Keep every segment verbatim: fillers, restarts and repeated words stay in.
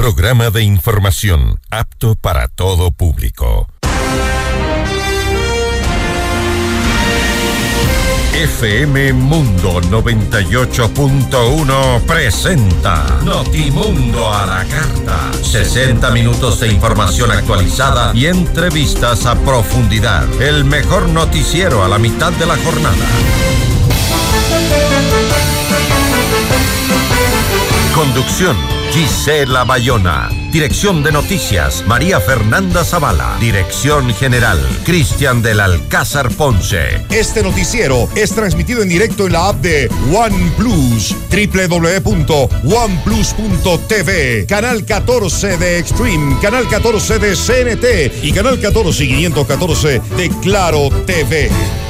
programa de información apto para todo público. F M Mundo noventa y ocho punto uno presenta Notimundo a la Carta. sesenta minutos de información actualizada y entrevistas a profundidad. El mejor noticiero a la mitad de la jornada. Conducción: Gisela Bayona. Dirección de Noticias: María Fernanda Zavala. Dirección General: Cristian del Alcázar Ponce. Este noticiero es transmitido en directo en la app de OnePlus, doble u doble u doble u punto one plus punto t v, Canal catorce de Extreme, Canal catorce de C N T y Canal catorce y quinientos catorce de Claro T V.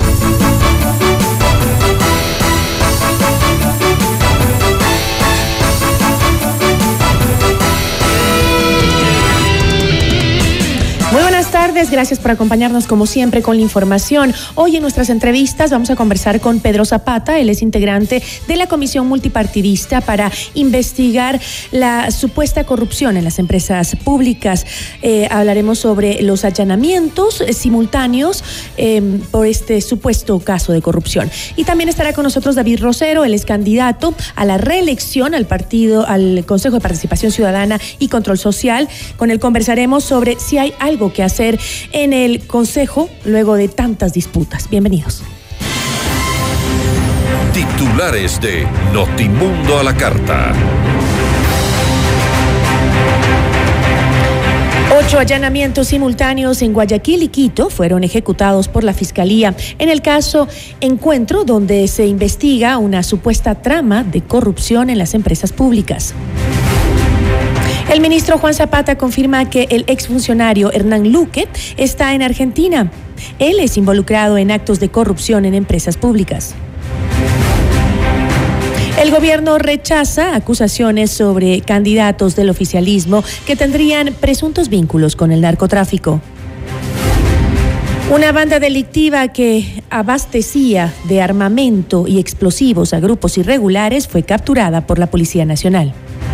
Muy buenas tardes, gracias por acompañarnos como siempre con la información. Hoy en nuestras entrevistas vamos a conversar con Pedro Zapata, él es integrante de la Comisión Multipartidista para investigar la supuesta corrupción en las empresas públicas. Eh, hablaremos sobre los allanamientos eh, simultáneos eh, por este supuesto caso de corrupción. Y también estará con nosotros David Rosero, él es candidato a la reelección al partido, al Consejo de Participación Ciudadana y Control Social. Con él conversaremos sobre si hay algo que hacer en el Consejo luego de tantas disputas. Bienvenidos. Titulares de Notimundo a la Carta. Ocho allanamientos simultáneos en Guayaquil y Quito fueron ejecutados por la Fiscalía en el caso Encuentro, donde se investiga una supuesta trama de corrupción en las empresas públicas. El ministro Juan Zapata confirma que el exfuncionario Hernán Luque está en Argentina. Él es involucrado en actos de corrupción en empresas públicas. El gobierno rechaza acusaciones sobre candidatos del oficialismo que tendrían presuntos vínculos con el narcotráfico. Una banda delictiva que abastecía de armamento y explosivos a grupos irregulares fue capturada por la Policía Nacional.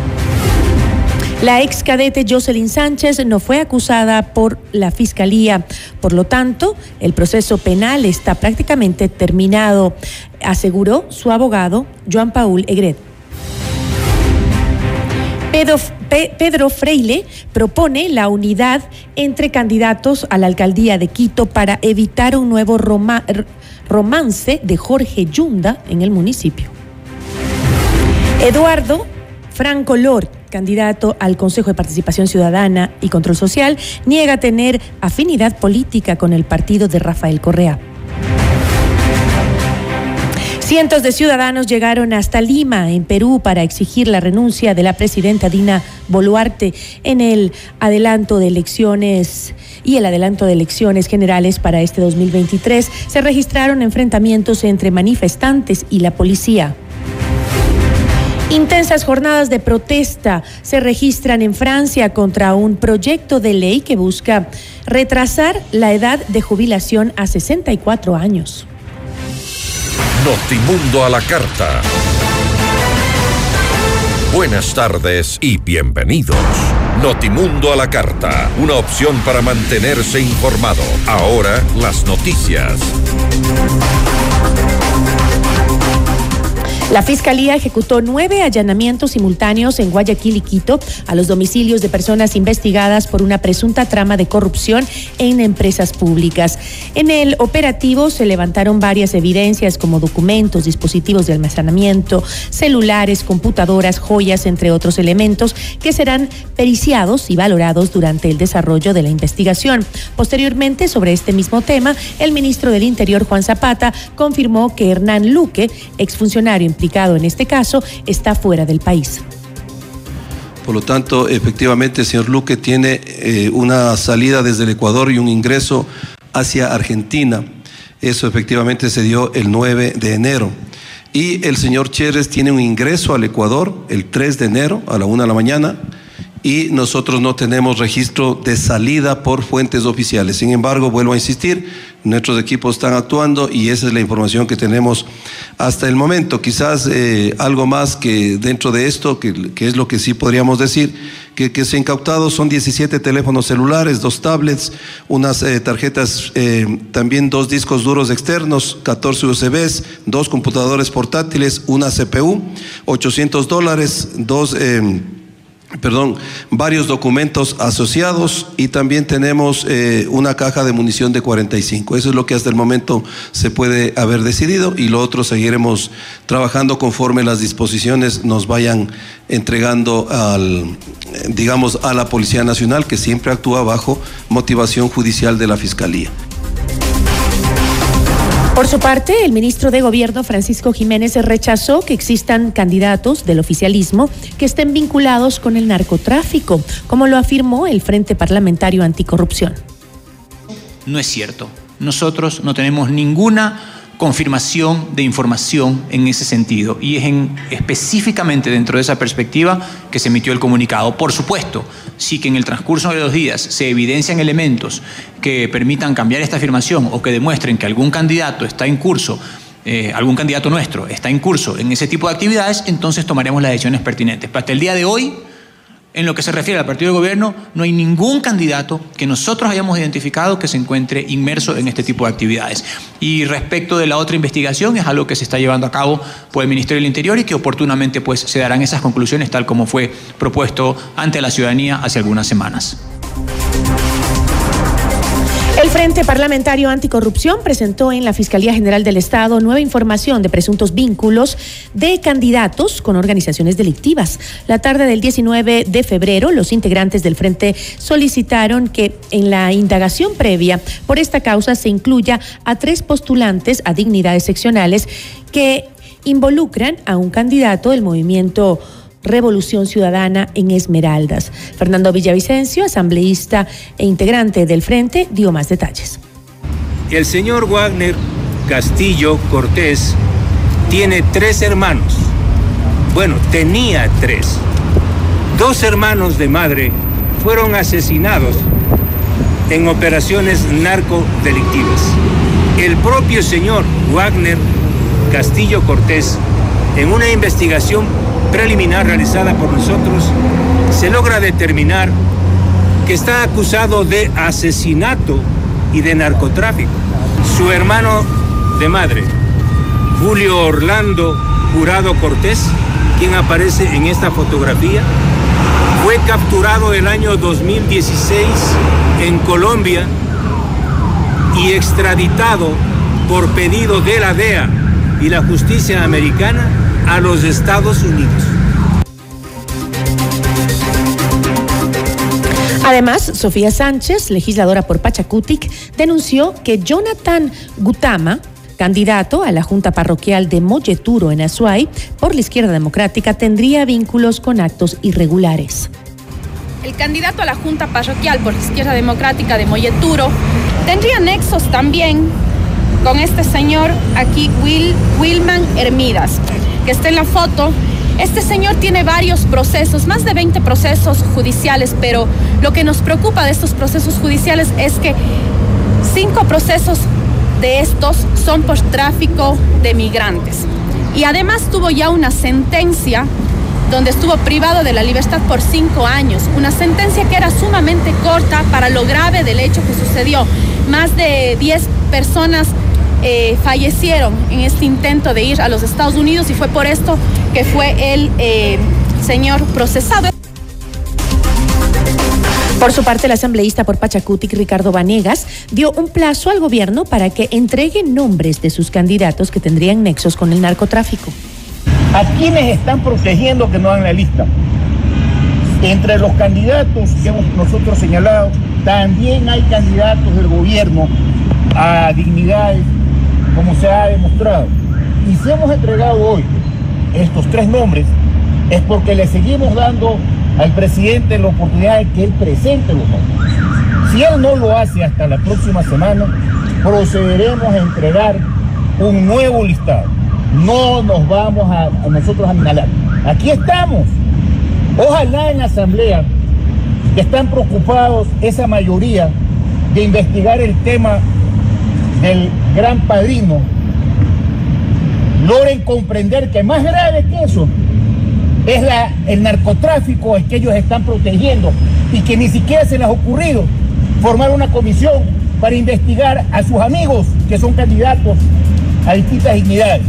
La ex cadete Jocelyn Sánchez no fue acusada por la Fiscalía. Por lo tanto, el proceso penal está prácticamente terminado, aseguró su abogado, Joan Paul Egret. Pedro, Pe, Pedro Freile propone la unidad entre candidatos a la alcaldía de Quito para evitar un nuevo roma, romance de Jorge Yunda en el municipio. Eduardo Franco Lord, candidato al Consejo de Participación Ciudadana y Control Social, niega tener afinidad política con el partido de Rafael Correa. Cientos de ciudadanos llegaron hasta Lima, en Perú, para exigir la renuncia de la presidenta Dina Boluarte en el adelanto de elecciones y el adelanto de elecciones generales para este dos mil veintitrés. Se registraron enfrentamientos entre manifestantes y la policía. Intensas jornadas de protesta se registran en Francia contra un proyecto de ley que busca retrasar la edad de jubilación a sesenta y cuatro años. Notimundo a la Carta. Buenas tardes y bienvenidos. Notimundo a la Carta, una opción para mantenerse informado. Ahora las noticias. La Fiscalía ejecutó nueve allanamientos simultáneos en Guayaquil y Quito a los domicilios de personas investigadas por una presunta trama de corrupción en empresas públicas. En el operativo se levantaron varias evidencias como documentos, dispositivos de almacenamiento, celulares, computadoras, joyas, entre otros elementos que serán periciados y valorados durante el desarrollo de la investigación. Posteriormente, sobre este mismo tema, el ministro del Interior, Juan Zapata, confirmó que Hernán Luque, exfuncionario implicado en este caso, está fuera del país. Por lo tanto, efectivamente, el señor Luque tiene eh, una salida desde el Ecuador y un ingreso hacia Argentina. Eso efectivamente se dio el nueve de enero. Y el señor Chérez tiene un ingreso al Ecuador el tres de enero a la una de la mañana y nosotros no tenemos registro de salida por fuentes oficiales. Sin embargo, vuelvo a insistir, nuestros equipos están actuando y esa es la información que tenemos hasta el momento. Quizás eh, algo más que dentro de esto, que, que es lo que sí podríamos decir, que, que se han incautado son diecisiete teléfonos celulares, dos tablets, unas eh, tarjetas, eh, también dos discos duros externos, catorce U S Bs, dos computadores portátiles, una C P U, ochocientos dólares, dos... Eh, Perdón, varios documentos asociados y también tenemos eh, una caja de munición de cuarenta y cinco. Eso es lo que hasta el momento se puede haber decidido y lo otro seguiremos trabajando conforme las disposiciones nos vayan entregando al, digamos, a la Policía Nacional, que siempre actúa bajo motivación judicial de la Fiscalía. Por su parte, el ministro de Gobierno, Francisco Jiménez, rechazó que existan candidatos del oficialismo que estén vinculados con el narcotráfico, como lo afirmó el Frente Parlamentario Anticorrupción. No es cierto. Nosotros no tenemos ninguna confirmación de información en ese sentido y es en, específicamente dentro de esa perspectiva que se emitió el comunicado. Por supuesto, sí que en el transcurso de los días se evidencian elementos que permitan cambiar esta afirmación o que demuestren que algún candidato está en curso, eh, algún candidato nuestro está en curso en ese tipo de actividades, entonces tomaremos las decisiones pertinentes. Pero hasta el día de hoy, en lo que se refiere al partido de gobierno, no hay ningún candidato que nosotros hayamos identificado que se encuentre inmerso en este tipo de actividades. Y respecto de la otra investigación, es algo que se está llevando a cabo por el Ministerio del Interior y que oportunamente pues, se darán esas conclusiones tal como fue propuesto ante la ciudadanía hace algunas semanas. El Frente Parlamentario Anticorrupción presentó en la Fiscalía General del Estado nueva información de presuntos vínculos de candidatos con organizaciones delictivas. La tarde del diecinueve de febrero, los integrantes del Frente solicitaron que en la indagación previa por esta causa se incluya a tres postulantes a dignidades seccionales que involucran a un candidato del movimiento Revolución Ciudadana en Esmeraldas. Fernando Villavicencio, asambleísta e integrante del Frente, dio más detalles. El señor Wagner Castillo Cortés tiene tres hermanos. Bueno, tenía tres. Dos hermanos de madre fueron asesinados en operaciones narcodelictivas. El propio señor Wagner Castillo Cortés, en una investigación preliminar realizada por nosotros, se logra determinar que está acusado de asesinato y de narcotráfico. Su hermano de madre, Julio Orlando Jurado Cortés, quien aparece en esta fotografía, fue capturado el año dos mil dieciséis en Colombia y extraditado por pedido de la D E A y la justicia americana a los Estados Unidos. Además, Sofía Sánchez, legisladora por Pachacutic, denunció que Jonathan Gutama, candidato a la Junta Parroquial de Molleturo en Azuay por la Izquierda Democrática, tendría vínculos con actos irregulares. El candidato a la Junta Parroquial por la Izquierda Democrática de Molleturo tendría nexos también con este señor aquí, Will, Wilman Hermidas, que está en la foto. Este señor tiene varios procesos, más de veinte procesos judiciales, pero lo que nos preocupa de estos procesos judiciales es que cinco procesos de estos son por tráfico de migrantes. Y además tuvo ya una sentencia donde estuvo privado de la libertad por cinco años, una sentencia que era sumamente corta para lo grave del hecho que sucedió. Más de diez personas Eh, fallecieron en este intento de ir a los Estados Unidos y fue por esto que fue el eh, señor procesado. Por su parte, el asambleísta por Pachacutic, Ricardo Vanegas, dio un plazo al gobierno para que entregue nombres de sus candidatos que tendrían nexos con el narcotráfico. ¿A quiénes están protegiendo que no hagan la lista? Entre los candidatos que hemos nosotros señalado, también hay candidatos del gobierno a dignidades, como se ha demostrado. Y si hemos entregado hoy estos tres nombres, es porque le seguimos dando al presidente la oportunidad de que él presente los nombres. Si él no lo hace hasta la próxima semana, procederemos a entregar un nuevo listado. No nos vamos a, a nosotros a minalar. Aquí estamos. Ojalá en la asamblea que están preocupados, esa mayoría, de investigar el tema del Gran Padrino, logren comprender que más grave que eso es la, el narcotráfico al que ellos están protegiendo y que ni siquiera se les ha ocurrido formar una comisión para investigar a sus amigos que son candidatos a distintas dignidades.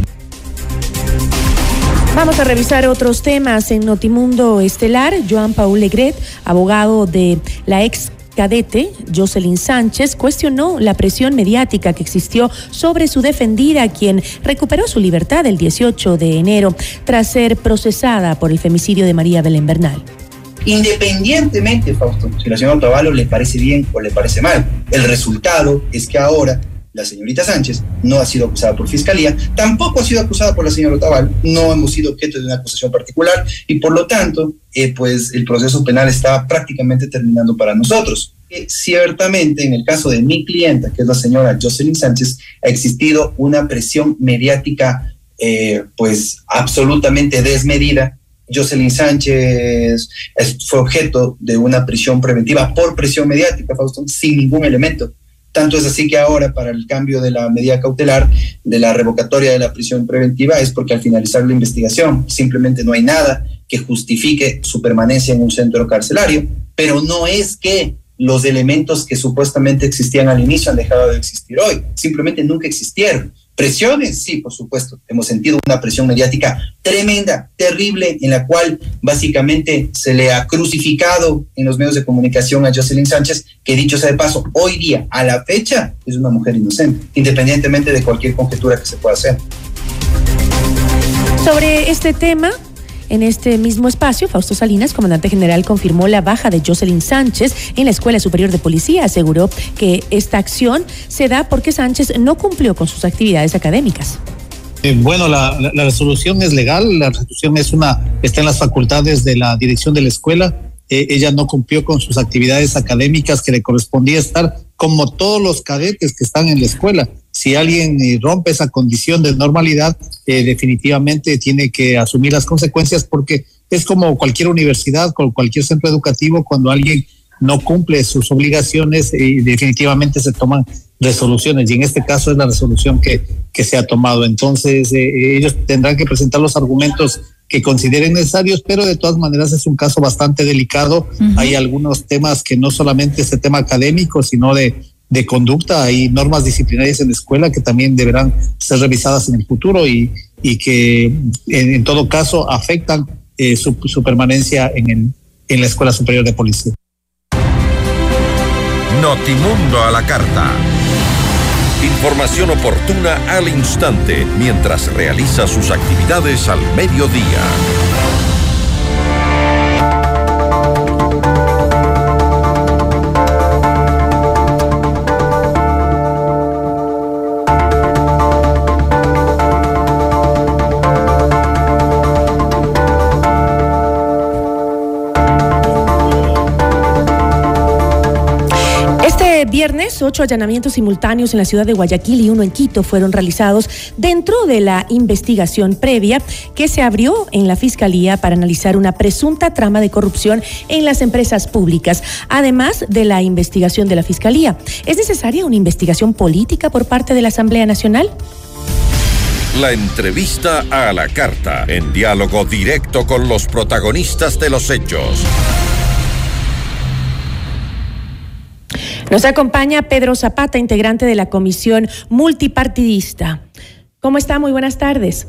Vamos a revisar otros temas en Notimundo Estelar. Joan Paul Legret, abogado de la ex cadete Jocelyn Sánchez, cuestionó la presión mediática que existió sobre su defendida, quien recuperó su libertad el dieciocho de enero tras ser procesada por el femicidio de María Belén Bernal. Independientemente, Fausto, si a la señora Otavalo le parece bien o le parece mal, el resultado es que ahora la señorita Sánchez no ha sido acusada por fiscalía, tampoco ha sido acusada por la señora Otavalo, no hemos sido objeto de una acusación particular y por lo tanto, eh, pues el proceso penal está prácticamente terminando para nosotros. Eh, ciertamente, en el caso de mi clienta, que es la señora Jocelyn Sánchez, ha existido una presión mediática eh, pues absolutamente desmedida. Jocelyn Sánchez fue objeto de una prisión preventiva por presión mediática, Fausto, sin ningún elemento. Tanto es así que ahora, para el cambio de la medida cautelar, de la revocatoria de la prisión preventiva, es porque al finalizar la investigación simplemente no hay nada que justifique su permanencia en un centro carcelario, pero no es que los elementos que supuestamente existían al inicio han dejado de existir hoy, simplemente nunca existieron. Presiones, sí, por supuesto, hemos sentido una presión mediática tremenda, terrible, en la cual básicamente se le ha crucificado en los medios de comunicación a Jocelyn Sánchez, que dicho sea de paso, hoy día, a la fecha, es una mujer inocente, independientemente de cualquier conjetura que se pueda hacer. Sobre este tema, en este mismo espacio, Fausto Salinas, comandante general, confirmó la baja de Jocelyn Sánchez en la Escuela Superior de Policía. Aseguró que esta acción se da porque Sánchez no cumplió con sus actividades académicas. Eh, bueno, la, la, la resolución es legal, la resolución es una, está en las facultades de la dirección de la escuela. Eh, ella no cumplió con sus actividades académicas que le correspondía estar, como todos los cadetes que están en la escuela. Si alguien eh, rompe esa condición de normalidad, eh, definitivamente tiene que asumir las consecuencias, porque es como cualquier universidad, con cualquier centro educativo, cuando alguien no cumple sus obligaciones, eh, definitivamente se toman resoluciones, y en este caso es la resolución que, que se ha tomado. Entonces eh, ellos tendrán que presentar los argumentos que consideren necesarios, pero de todas maneras es un caso bastante delicado. Uh-huh. Hay algunos temas que no solamente es el tema académico, sino de de conducta. Hay normas disciplinarias en la escuela que también deberán ser revisadas en el futuro y, y que en, en todo caso afectan eh, su, su permanencia en, el, en la Escuela Superior de Policía. Notimundo a la carta. Información oportuna al instante mientras realiza sus actividades al mediodía. Viernes, ocho allanamientos simultáneos en la ciudad de Guayaquil y uno en Quito fueron realizados dentro de la investigación previa que se abrió en la Fiscalía para analizar una presunta trama de corrupción en las empresas públicas, además de la investigación de la Fiscalía. ¿Es necesaria una investigación política por parte de la Asamblea Nacional? La entrevista a la carta, en diálogo directo con los protagonistas de los hechos. Nos acompaña Pedro Zapata, integrante de la Comisión Multipartidista. ¿Cómo está? Muy buenas tardes.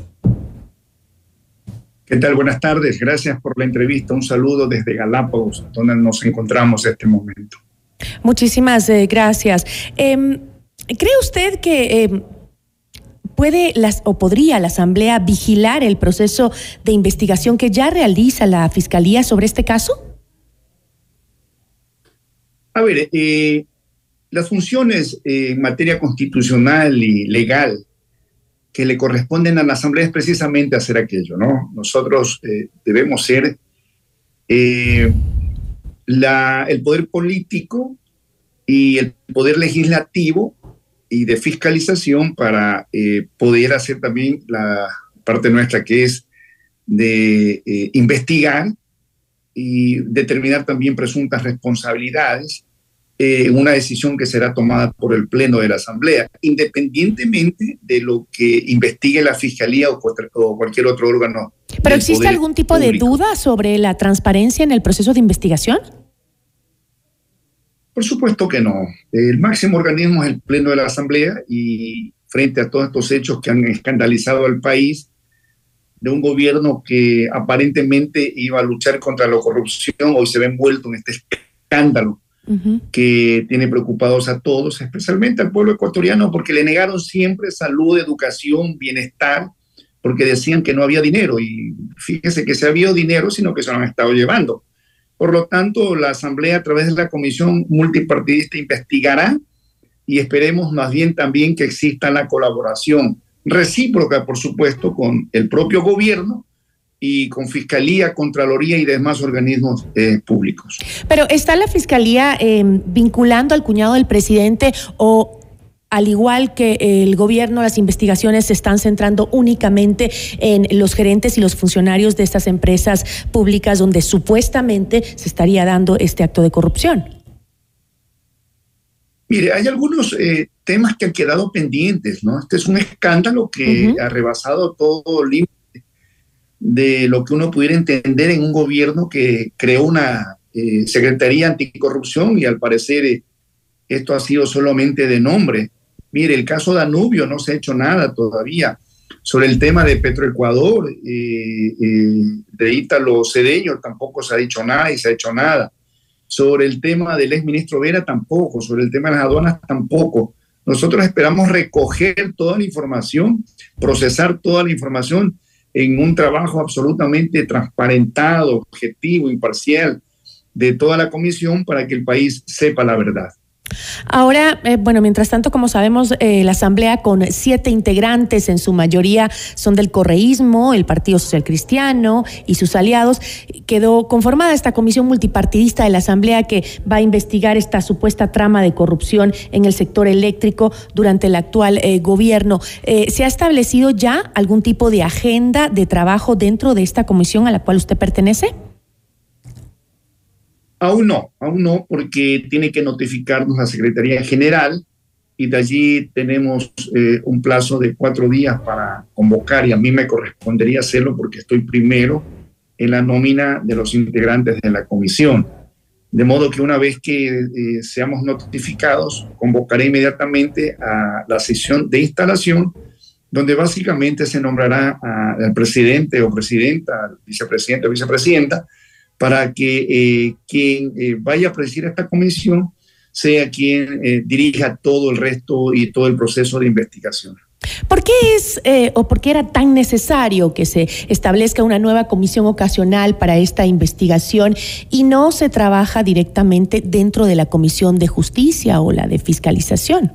¿Qué tal? Buenas tardes. Gracias por la entrevista. Un saludo desde Galápagos, donde nos encontramos en este momento. Muchísimas eh, gracias. Eh, ¿Cree usted que eh, puede las, o podría la Asamblea vigilar el proceso de investigación que ya realiza la Fiscalía sobre este caso? A ver, eh, las funciones eh, en materia constitucional y legal que le corresponden a la Asamblea es precisamente hacer aquello, ¿no? Nosotros eh, debemos ser eh, la, el poder político y el poder legislativo y de fiscalización para eh, poder hacer también la parte nuestra, que es de eh, investigar y determinar también presuntas responsabilidades en eh, una decisión que será tomada por el Pleno de la Asamblea, independientemente de lo que investigue la Fiscalía o, o cualquier otro órgano. ¿Pero existe algún tipo público. de duda sobre la transparencia en el proceso de investigación? Por supuesto que no. El máximo organismo es el Pleno de la Asamblea y frente a todos estos hechos que han escandalizado al país, de un gobierno que aparentemente iba a luchar contra la corrupción, hoy se ve envuelto en este escándalo uh-huh. que tiene preocupados a todos, especialmente al pueblo ecuatoriano, porque le negaron siempre salud, educación, bienestar, porque decían que no había dinero, y fíjese que se había dinero, sino que se lo han estado llevando. Por lo tanto, la Asamblea, a través de la Comisión Multipartidista, investigará y esperemos más bien también que exista la colaboración recíproca, por supuesto, con el propio gobierno y con Fiscalía, Contraloría y demás organismos eh, públicos. Pero ¿está la Fiscalía eh, vinculando al cuñado del presidente o, al igual que el gobierno, las investigaciones se están centrando únicamente en los gerentes y los funcionarios de estas empresas públicas donde supuestamente se estaría dando este acto de corrupción? Mire, hay algunos eh, temas que han quedado pendientes, ¿no? Este es un escándalo que uh-huh. ha rebasado todo límite de lo que uno pudiera entender en un gobierno que creó una eh, Secretaría Anticorrupción y al parecer eh, esto ha sido solamente de nombre. Mire, el caso Danubio no se ha hecho nada todavía. Sobre el tema de Petroecuador, eh, eh, de Ítalo Cedeño tampoco se ha dicho nada y se ha hecho nada. Sobre el tema del exministro Vera tampoco, sobre el tema de las aduanas tampoco. Nosotros esperamos recoger toda la información, procesar toda la información en un trabajo absolutamente transparentado, objetivo, imparcial de toda la comisión para que el país sepa la verdad. Ahora, eh, bueno, mientras tanto, como sabemos, eh, la Asamblea con siete integrantes, en su mayoría son del correísmo, el Partido Social Cristiano y sus aliados, quedó conformada esta comisión multipartidista de la Asamblea que va a investigar esta supuesta trama de corrupción en el sector eléctrico durante el actual eh, gobierno. Eh, ¿Se ha establecido ya algún tipo de agenda de trabajo dentro de esta comisión a la cual usted pertenece? Aún no, aún no, porque tiene que notificarnos la Secretaría General y de allí tenemos eh, un plazo de cuatro días para convocar y a mí me correspondería hacerlo porque estoy primero en la nómina de los integrantes de la comisión. De modo que una vez que eh, seamos notificados, convocaré inmediatamente a la sesión de instalación donde básicamente se nombrará al presidente o presidenta, al vicepresidente o vicepresidenta, para que eh, quien eh, vaya a presidir esta comisión sea quien eh, dirija todo el resto y todo el proceso de investigación. ¿Por qué es eh, o por qué era tan necesario que se establezca una nueva comisión ocasional para esta investigación y no se trabaja directamente dentro de la Comisión de Justicia o la de Fiscalización?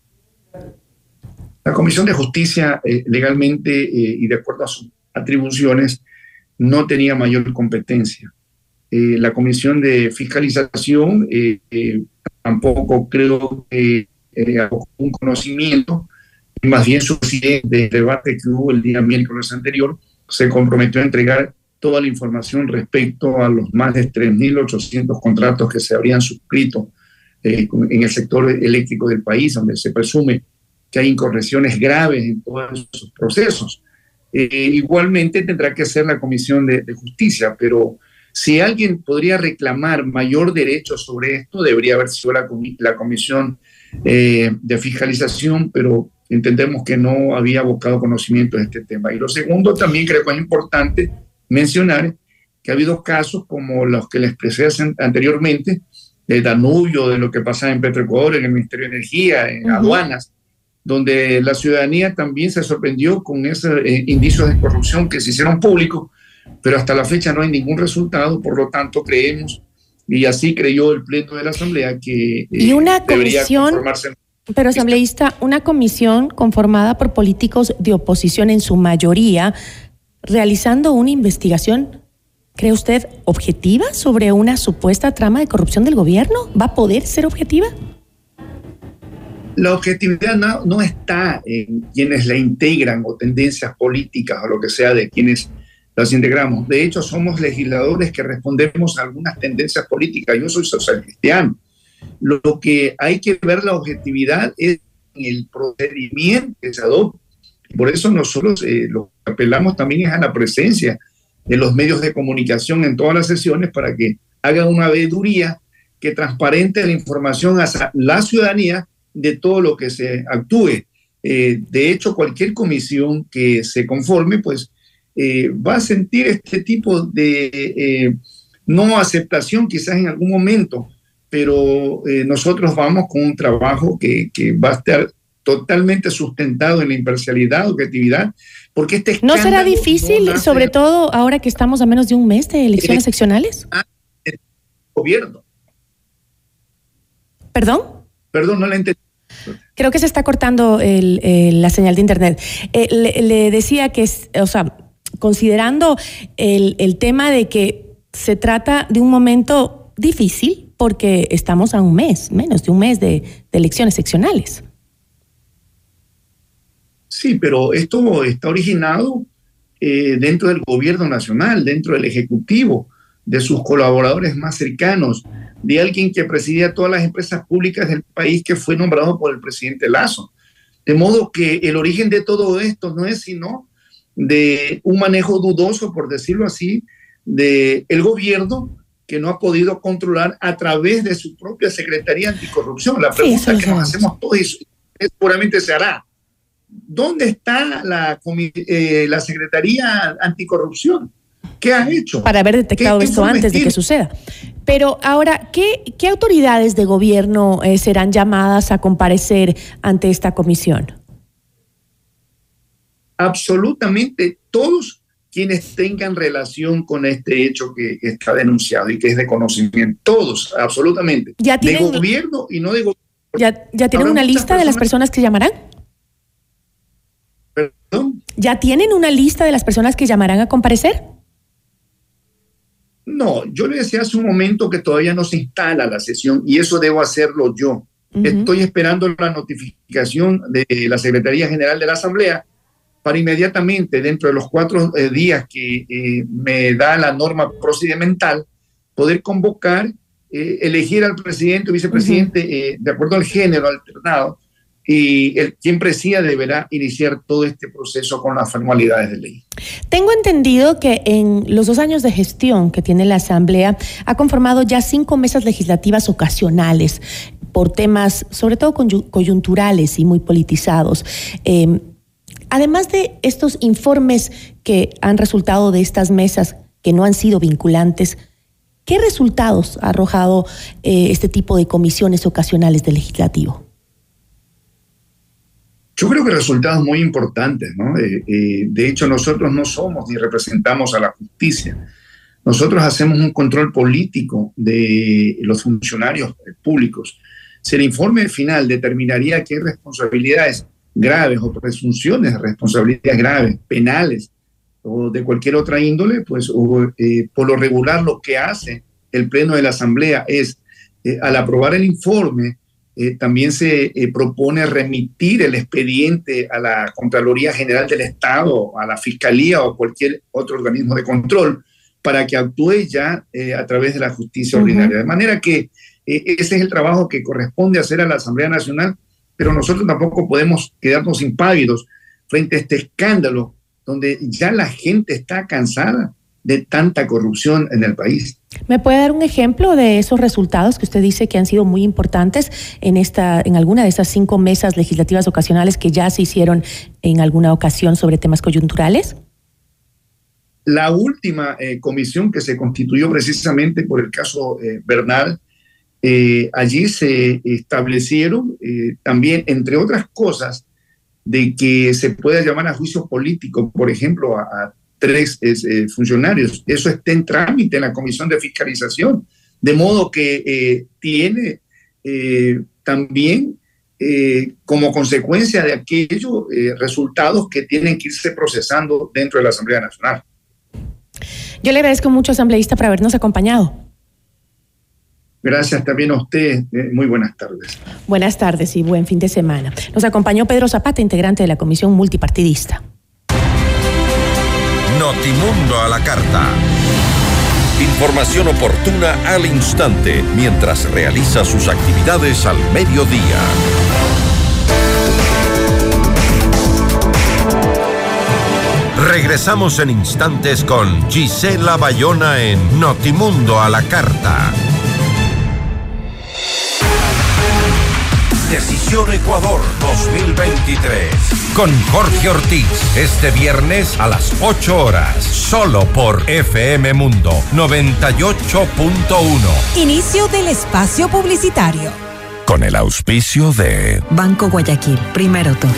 La Comisión de Justicia eh, legalmente eh, y de acuerdo a sus atribuciones no tenía mayor competencia. Eh, la Comisión de Fiscalización eh, eh, tampoco creo que eh, un conocimiento, más bien su presidente del debate que hubo el día miércoles anterior se comprometió a entregar toda la información respecto a los más de tres mil ochocientos contratos que se habrían suscrito eh, en el sector eléctrico del país, donde se presume que hay incorrecciones graves en todos esos procesos. Eh, igualmente tendrá que ser la Comisión de, de Justicia, pero si alguien podría reclamar mayor derecho sobre esto, debería haber sido la, la Comisión eh, de Fiscalización, pero entendemos que no había abocado conocimiento de este tema. Y lo segundo, también creo que es importante mencionar que ha habido casos como los que les expresé anteriormente, de Danubio, de lo que pasaba en Petroecuador, en el Ministerio de Energía, en uh-huh. aduanas, donde la ciudadanía también se sorprendió con esos eh, indicios de corrupción que se hicieron públicos, pero hasta la fecha no hay ningún resultado, por lo tanto creemos, y así creyó el Pleno de la Asamblea, que eh, y una debería comisión, conformarse. Pero asambleísta, una comisión conformada por políticos de oposición en su mayoría, realizando una investigación, ¿cree usted objetiva sobre una supuesta trama de corrupción del gobierno? ¿Va a poder ser objetiva? La objetividad no, no está en quienes la integran o tendencias políticas o lo que sea de quienes las integramos. De hecho, somos legisladores que respondemos a algunas tendencias políticas. Yo soy socialcristiano. Lo que hay que ver la objetividad es en el procedimiento que se adopta. Por eso nosotros eh, lo que apelamos también es a la presencia de los medios de comunicación en todas las sesiones para que hagan una veeduría que transparente la información hacia la ciudadanía de todo lo que se actúe. Eh, de hecho, cualquier comisión que se conforme, pues eh, va a sentir este tipo de eh, no aceptación quizás en algún momento, pero eh, nosotros vamos con un trabajo que, que va a estar totalmente sustentado en la imparcialidad, objetividad, porque este ¿No será difícil, no sobre todo ahora que estamos a menos de un mes de elecciones eh, seccionales? El gobierno. ¿Perdón? Perdón, no la entendí. Creo que se está cortando el, el, la señal de internet. Eh, le, le decía que, o sea, considerando el, el tema de que se trata de un momento difícil, porque estamos a un mes, menos de un mes de, de elecciones seccionales. Sí, pero esto está originado eh, dentro del gobierno nacional, dentro del ejecutivo, de sus colaboradores más cercanos, de alguien que presidía todas las empresas públicas del país que fue nombrado por el presidente Lasso. De modo que el origen de todo esto no es sino de un manejo dudoso, por decirlo así, del gobierno que no ha podido controlar a través de su propia Secretaría Anticorrupción. La pregunta sí, que nos hacemos todos es, seguramente se hará. ¿Dónde está la, eh, la Secretaría Anticorrupción? ¿Qué ha hecho? Para haber detectado esto antes de que suceda. Pero ahora, ¿qué, qué autoridades de gobierno eh, serán llamadas a comparecer ante esta comisión? Absolutamente todos quienes tengan relación con este hecho que está denunciado y que es de conocimiento. Todos, absolutamente. ¿Ya tienen, de gobierno y no de gobierno. ¿Ya, ya tienen una lista de las personas que llamarán? ¿Perdón? ¿Ya tienen una lista de las personas que llamarán a comparecer? No, yo le decía hace un momento que todavía no se instala la sesión y eso debo hacerlo yo. Uh-huh. Estoy esperando la notificación de la Secretaría General de la Asamblea para inmediatamente, dentro de los cuatro eh, días que eh, me da la norma procedimental, poder convocar, eh, elegir al presidente o vicepresidente uh-huh. eh, de acuerdo al género alternado, y el, quien presida deberá iniciar todo este proceso con las formalidades de ley. Tengo entendido que en los dos años de gestión que tiene la Asamblea ha conformado ya cinco mesas legislativas ocasionales por temas sobre todo coyunturales y muy politizados. Eh, además de estos informes que han resultado de estas mesas que no han sido vinculantes, ¿qué resultados ha arrojado eh, este tipo de comisiones ocasionales del Legislativo? Yo creo que resultados muy importantes, ¿no? Eh, eh, de hecho, nosotros no somos ni representamos a la justicia. Nosotros hacemos un control político de los funcionarios públicos. Si el informe final determinaría que hay responsabilidades graves o presunciones de responsabilidades graves, penales o de cualquier otra índole, pues o, eh, por lo regular lo que hace el Pleno de la Asamblea es, eh, al aprobar el informe, Eh, también se eh, propone remitir el expediente a la Contraloría General del Estado, a la Fiscalía o cualquier otro organismo de control para que actúe ya eh, a través de la justicia uh-huh. ordinaria. De manera que eh, ese es el trabajo que corresponde hacer a la Asamblea Nacional, pero nosotros tampoco podemos quedarnos impávidos frente a este escándalo donde ya la gente está cansada de tanta corrupción en el país. ¿Me puede dar un ejemplo de esos resultados que usted dice que han sido muy importantes en esta, en alguna de esas cinco mesas legislativas ocasionales que ya se hicieron en alguna ocasión sobre temas coyunturales? La última eh, comisión que se constituyó precisamente por el caso eh, Bernal, eh, allí se establecieron eh, también, entre otras cosas, de que se pueda llamar a juicio político, por ejemplo, a, a tres eh, funcionarios. Eso está en trámite en la Comisión de Fiscalización, de modo que eh, tiene eh, también eh, como consecuencia de aquellos eh, resultados que tienen que irse procesando dentro de la Asamblea Nacional. Yo le agradezco mucho, asambleísta, por habernos acompañado. Gracias también a usted. Eh, muy buenas tardes. Buenas tardes y buen fin de semana. Nos acompañó Pedro Zapata, integrante de la Comisión Multipartidista. Notimundo a la carta. Información oportuna al instante mientras realiza sus actividades al mediodía. Regresamos en instantes con Gisela Bayona en Notimundo a la carta. Decisión Ecuador dos mil veintitrés. Con Jorge Ortiz, este viernes a las ocho horas, solo por F M Mundo noventa y ocho punto uno. Inicio del espacio publicitario. Con el auspicio de Banco Guayaquil, primero tú.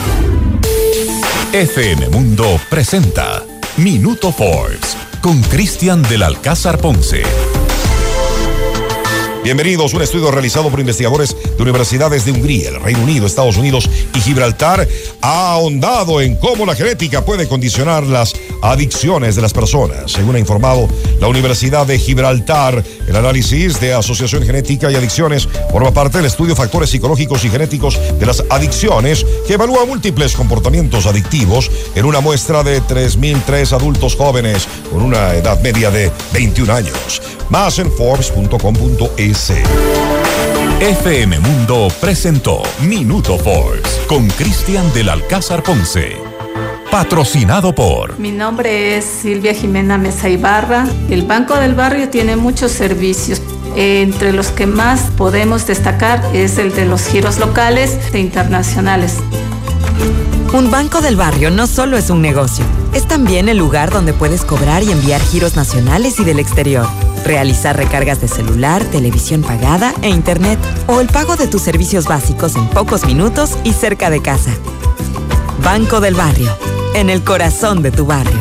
F M Mundo presenta Minuto Forbes con Cristian del Alcázar Ponce. Bienvenidos, un estudio realizado por investigadores de universidades de Hungría, el Reino Unido, Estados Unidos y Gibraltar ha ahondado en cómo la genética puede condicionar las adicciones de las personas. Según ha informado la Universidad de Gibraltar, el análisis de asociación genética y adicciones forma parte del estudio Factores psicológicos y genéticos de las adicciones, que evalúa múltiples comportamientos adictivos en una muestra de tres mil tres adultos jóvenes con una edad media de veintiún años. Más en Forbes punto com punto es. F M Mundo presentó Minuto Forbes con Cristian del Alcázar Ponce. Patrocinado por... Mi nombre es Silvia Jimena Mesa Ibarra. El Banco del Barrio tiene muchos servicios. Entre los que más podemos destacar es el de los giros locales e internacionales. Un Banco del Barrio no solo es un negocio, es también el lugar donde puedes cobrar y enviar giros nacionales y del exterior, realizar recargas de celular, televisión pagada e internet, o el pago de tus servicios básicos en pocos minutos y cerca de casa. Banco del Barrio, en el corazón de tu barrio.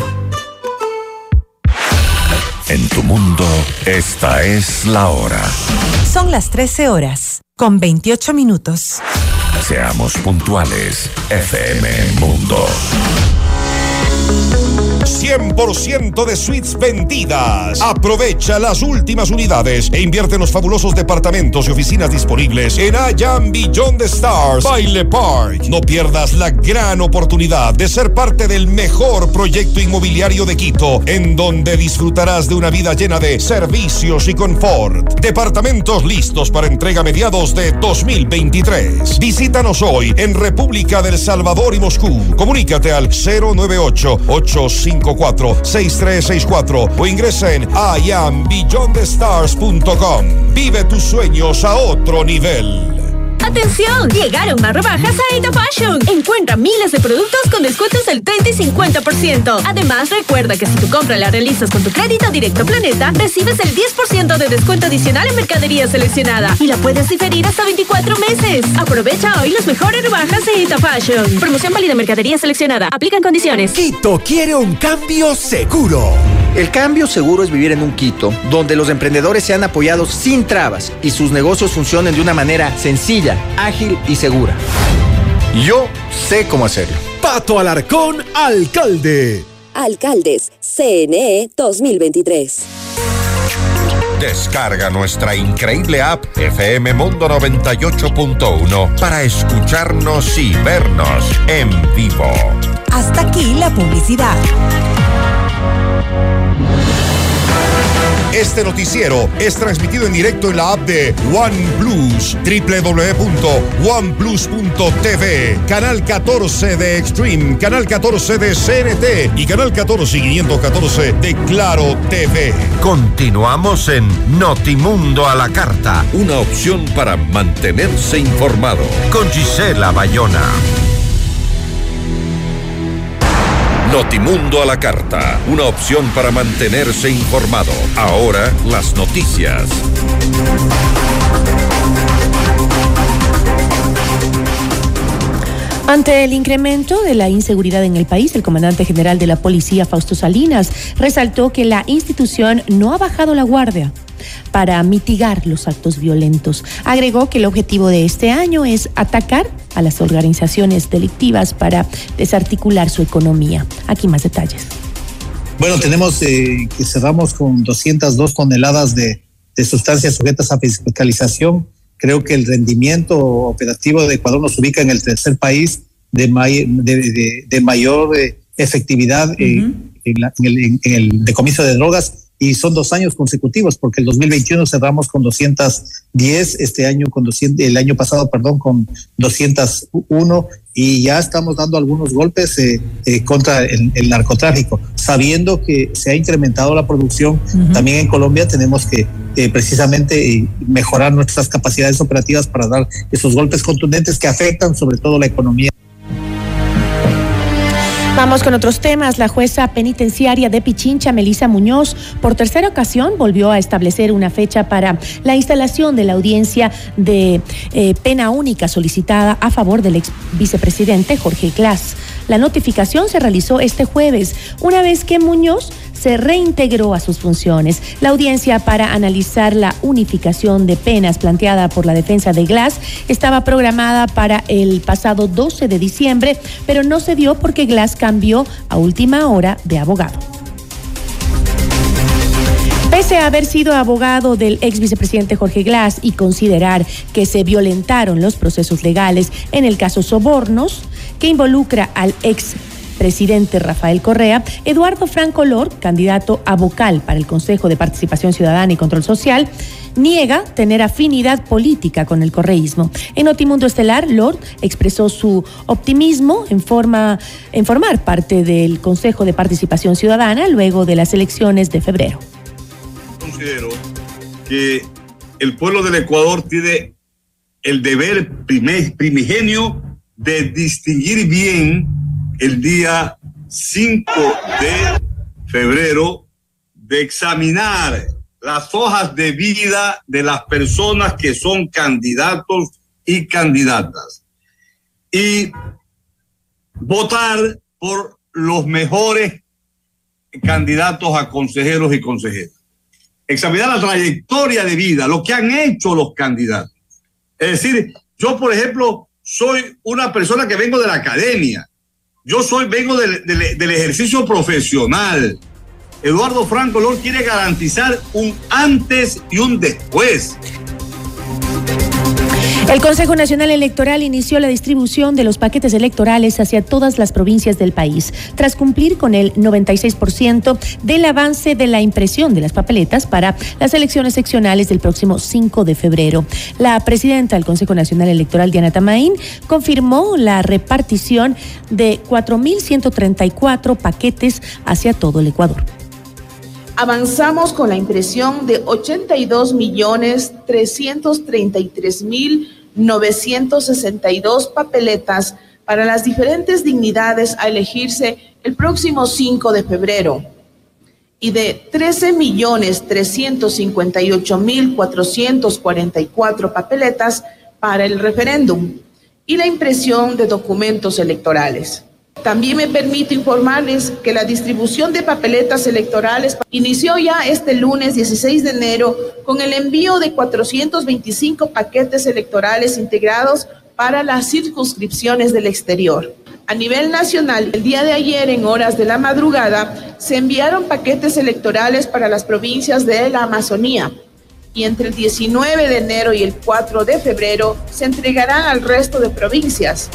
En tu mundo, esta es la hora. Son las trece horas, con veintiocho minutos. Seamos puntuales, F M Mundo. cien por ciento de suites vendidas. Aprovecha las últimas unidades e invierte en los fabulosos departamentos y oficinas disponibles en I Am Beyond the Stars Baile Park. No pierdas la gran oportunidad de ser parte del mejor proyecto inmobiliario de Quito, en donde disfrutarás de una vida llena de servicios y confort. Departamentos listos para entrega a mediados de dos mil veintitrés. Visítanos hoy en República del Salvador y Moscú. Comunícate al cero nueve ocho, ocho cinco cuatro, seis tres seis cuatro o ingresa en I am beyond the stars punto com. Vive tus sueños a otro nivel. ¡Atención! Llegaron más rebajas a Eita Fashion. Encuentra miles de productos con descuentos del treinta y cincuenta por ciento. Además, recuerda que si tu compra la realizas con tu crédito directo Planeta, recibes el diez por ciento de descuento adicional en mercadería seleccionada y la puedes diferir hasta veinticuatro meses. Aprovecha hoy las mejores rebajas de Eita Fashion. Promoción válida en mercadería seleccionada. Aplican condiciones. Quito quiere un cambio seguro. El cambio seguro es vivir en un Quito donde los emprendedores sean apoyados sin trabas y sus negocios funcionen de una manera sencilla, ágil y segura. Yo sé cómo hacerlo. Pato Alarcón, alcalde. Alcaldes, C N E dos mil veintitrés. Descarga nuestra increíble app F M Mundo noventa y ocho punto uno para escucharnos y vernos en vivo. Hasta aquí la publicidad. Este noticiero es transmitido en directo en la app de OnePlus, doble u doble u doble u punto one plus punto t v, Canal catorce de Extreme, Canal catorce de C N T y Canal catorce y quinientos catorce de Claro T V. Continuamos en Notimundo a la carta, una opción para mantenerse informado, con Gisela Bayona. Notimundo a la carta, una opción para mantenerse informado. Ahora, las noticias. Ante el incremento de la inseguridad en el país, el comandante general de la policía, Fausto Salinas, resaltó que la institución no ha bajado la guardia para mitigar los actos violentos. Agregó que el objetivo de este año es atacar a las organizaciones delictivas para desarticular su economía. Aquí más detalles. Bueno, tenemos eh, que cerramos con doscientas dos toneladas de, de sustancias sujetas a fiscalización. Creo que el rendimiento operativo de Ecuador nos ubica en el tercer país de, may, de, de, de mayor eh, efectividad. Uh-huh. eh, en, la, en, el, en el decomiso de drogas, y son dos años consecutivos, porque el dos mil veintiuno cerramos con doscientos diez, este año con doscientos, el año pasado, perdón, con doscientos uno, y ya estamos dando algunos golpes eh, eh, contra el, el narcotráfico, sabiendo que se ha incrementado la producción. Uh-huh. También en Colombia tenemos que eh, precisamente eh, mejorar nuestras capacidades operativas para dar esos golpes contundentes que afectan sobre todo la economía. Vamos con otros temas. La jueza penitenciaria de Pichincha, Melissa Muñoz, por tercera ocasión volvió a establecer una fecha para la instalación de la audiencia de eh, pena única solicitada a favor del ex vicepresidente Jorge Glass. La notificación se realizó este jueves, una vez que Muñoz se reintegró a sus funciones. La audiencia para analizar la unificación de penas planteada por la defensa de Glass estaba programada para el pasado doce de diciembre, pero no se dio porque Glass cambió a última hora de abogado. Pese a haber sido abogado del ex vicepresidente Jorge Glass y considerar que se violentaron los procesos legales en el caso Sobornos, que involucra al ex presidente Rafael Correa, Eduardo Franco Lord, candidato a vocal para el Consejo de Participación Ciudadana y Control Social, niega tener afinidad política con el correísmo. En Notimundo Estelar, Lord expresó su optimismo en, forma, en formar parte del Consejo de Participación Ciudadana luego de las elecciones de febrero. Considero que el pueblo del Ecuador tiene el deber primigenio de distinguir bien el día cinco de febrero, de examinar las hojas de vida de las personas que son candidatos y candidatas y votar por los mejores candidatos a consejeros y consejeras. Examinar la trayectoria de vida, lo que han hecho los candidatos. Es decir, yo, por ejemplo, soy una persona que vengo de la academia. Yo soy, vengo del, del, del ejercicio profesional. Eduardo Franco Lord quiere garantizar un antes y un después. El Consejo Nacional Electoral inició la distribución de los paquetes electorales hacia todas las provincias del país, tras cumplir con el noventa y seis por ciento del avance de la impresión de las papeletas para las elecciones seccionales del próximo cinco de febrero. La presidenta del Consejo Nacional Electoral, Diana Tamaín, confirmó la repartición de cuatro mil ciento treinta y cuatro paquetes hacia todo el Ecuador. Avanzamos con la impresión de ochenta y dos millones trescientos treinta y tres mil novecientos sesenta y dos papeletas para las diferentes dignidades a elegirse el próximo cinco de febrero y de trece millones trescientos cincuenta y ocho mil cuatrocientos cuarenta y cuatro papeletas para el referéndum y la impresión de documentos electorales. También me permito informarles que la distribución de papeletas electorales inició ya este lunes dieciséis de enero con el envío de cuatrocientos veinticinco paquetes electorales integrados para las circunscripciones del exterior. A nivel nacional, el día de ayer, en horas de la madrugada, se enviaron paquetes electorales para las provincias de la Amazonía y entre el diecinueve de enero y el cuatro de febrero se entregarán al resto de provincias.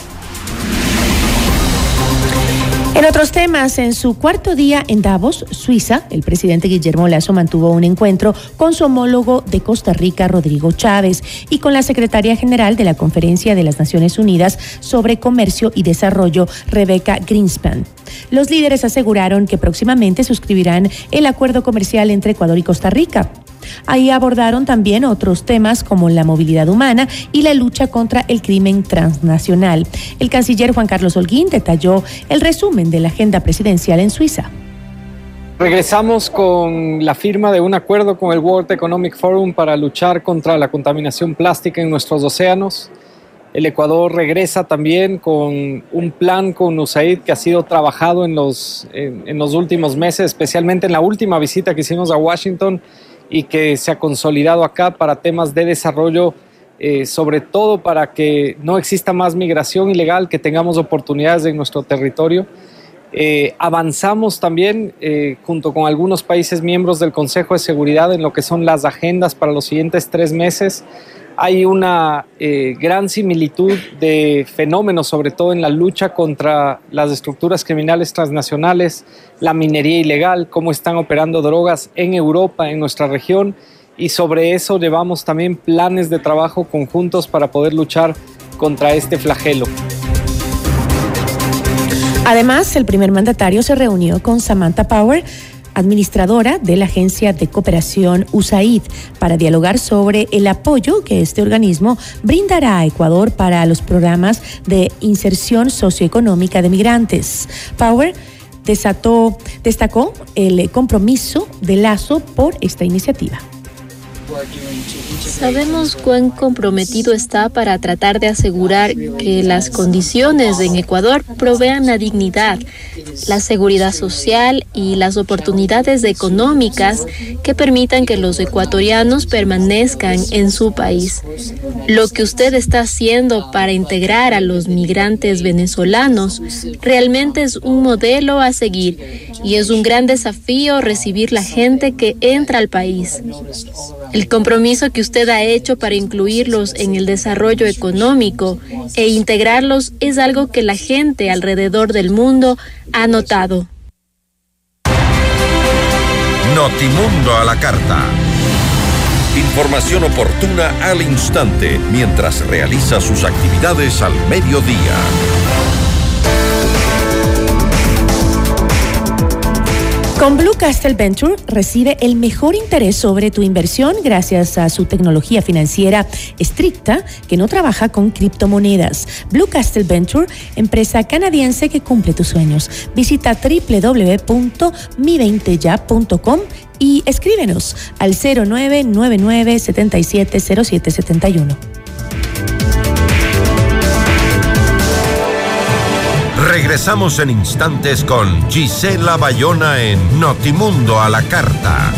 En otros temas, en su cuarto día en Davos, Suiza, el presidente Guillermo Lasso mantuvo un encuentro con su homólogo de Costa Rica, Rodrigo Chávez, y con la secretaria general de la Conferencia de las Naciones Unidas sobre Comercio y Desarrollo, Rebecca Greenspan. Los líderes aseguraron que próximamente suscribirán el acuerdo comercial entre Ecuador y Costa Rica. Ahí abordaron también otros temas como la movilidad humana y la lucha contra el crimen transnacional. El canciller Juan Carlos Holguín detalló el resumen de la agenda presidencial en Suiza. Regresamos con la firma de un acuerdo con el World Economic Forum para luchar contra la contaminación plástica en nuestros océanos. El Ecuador regresa también con un plan con U S A I D que ha sido trabajado en los, en, en los últimos meses, especialmente en la última visita que hicimos a Washington, y que se ha consolidado acá para temas de desarrollo, eh, sobre todo para que no exista más migración ilegal, que tengamos oportunidades en nuestro territorio. Eh, avanzamos también eh, junto con algunos países miembros del Consejo de Seguridad en lo que son las agendas para los siguientes tres meses. Hay una eh, gran similitud de fenómenos, sobre todo en la lucha contra las estructuras criminales transnacionales, la minería ilegal, cómo están operando drogas en Europa, en nuestra región, y sobre eso llevamos también planes de trabajo conjuntos para poder luchar contra este flagelo. Además, el primer mandatario se reunió con Samantha Power, administradora de la Agencia de Cooperación U S A I D, para dialogar sobre el apoyo que este organismo brindará a Ecuador para los programas de inserción socioeconómica de migrantes. Power desató, destacó el compromiso de Lazo por esta iniciativa. Sabemos cuán comprometido está para tratar de asegurar que las condiciones en Ecuador provean la dignidad, la seguridad social y las oportunidades económicas que permitan que los ecuatorianos permanezcan en su país. Lo que usted está haciendo para integrar a los migrantes venezolanos realmente es un modelo a seguir y es un gran desafío recibir la gente que entra al país. El compromiso que usted ha hecho para incluirlos en el desarrollo económico e integrarlos es algo que la gente alrededor del mundo ha notado. Notimundo a la carta. Información oportuna al instante mientras realiza sus actividades al mediodía. Con Blue Castle Venture recibe el mejor interés sobre tu inversión gracias a su tecnología financiera estricta que no trabaja con criptomonedas. Blue Castle Venture, empresa canadiense que cumple tus sueños. Visita doble u doble u doble u punto mi veinte ya punto com y escríbenos al cero nueve nueve nueve siete siete cero siete siete uno. Regresamos en instantes con Gisela Bayona en Notimundo a la carta.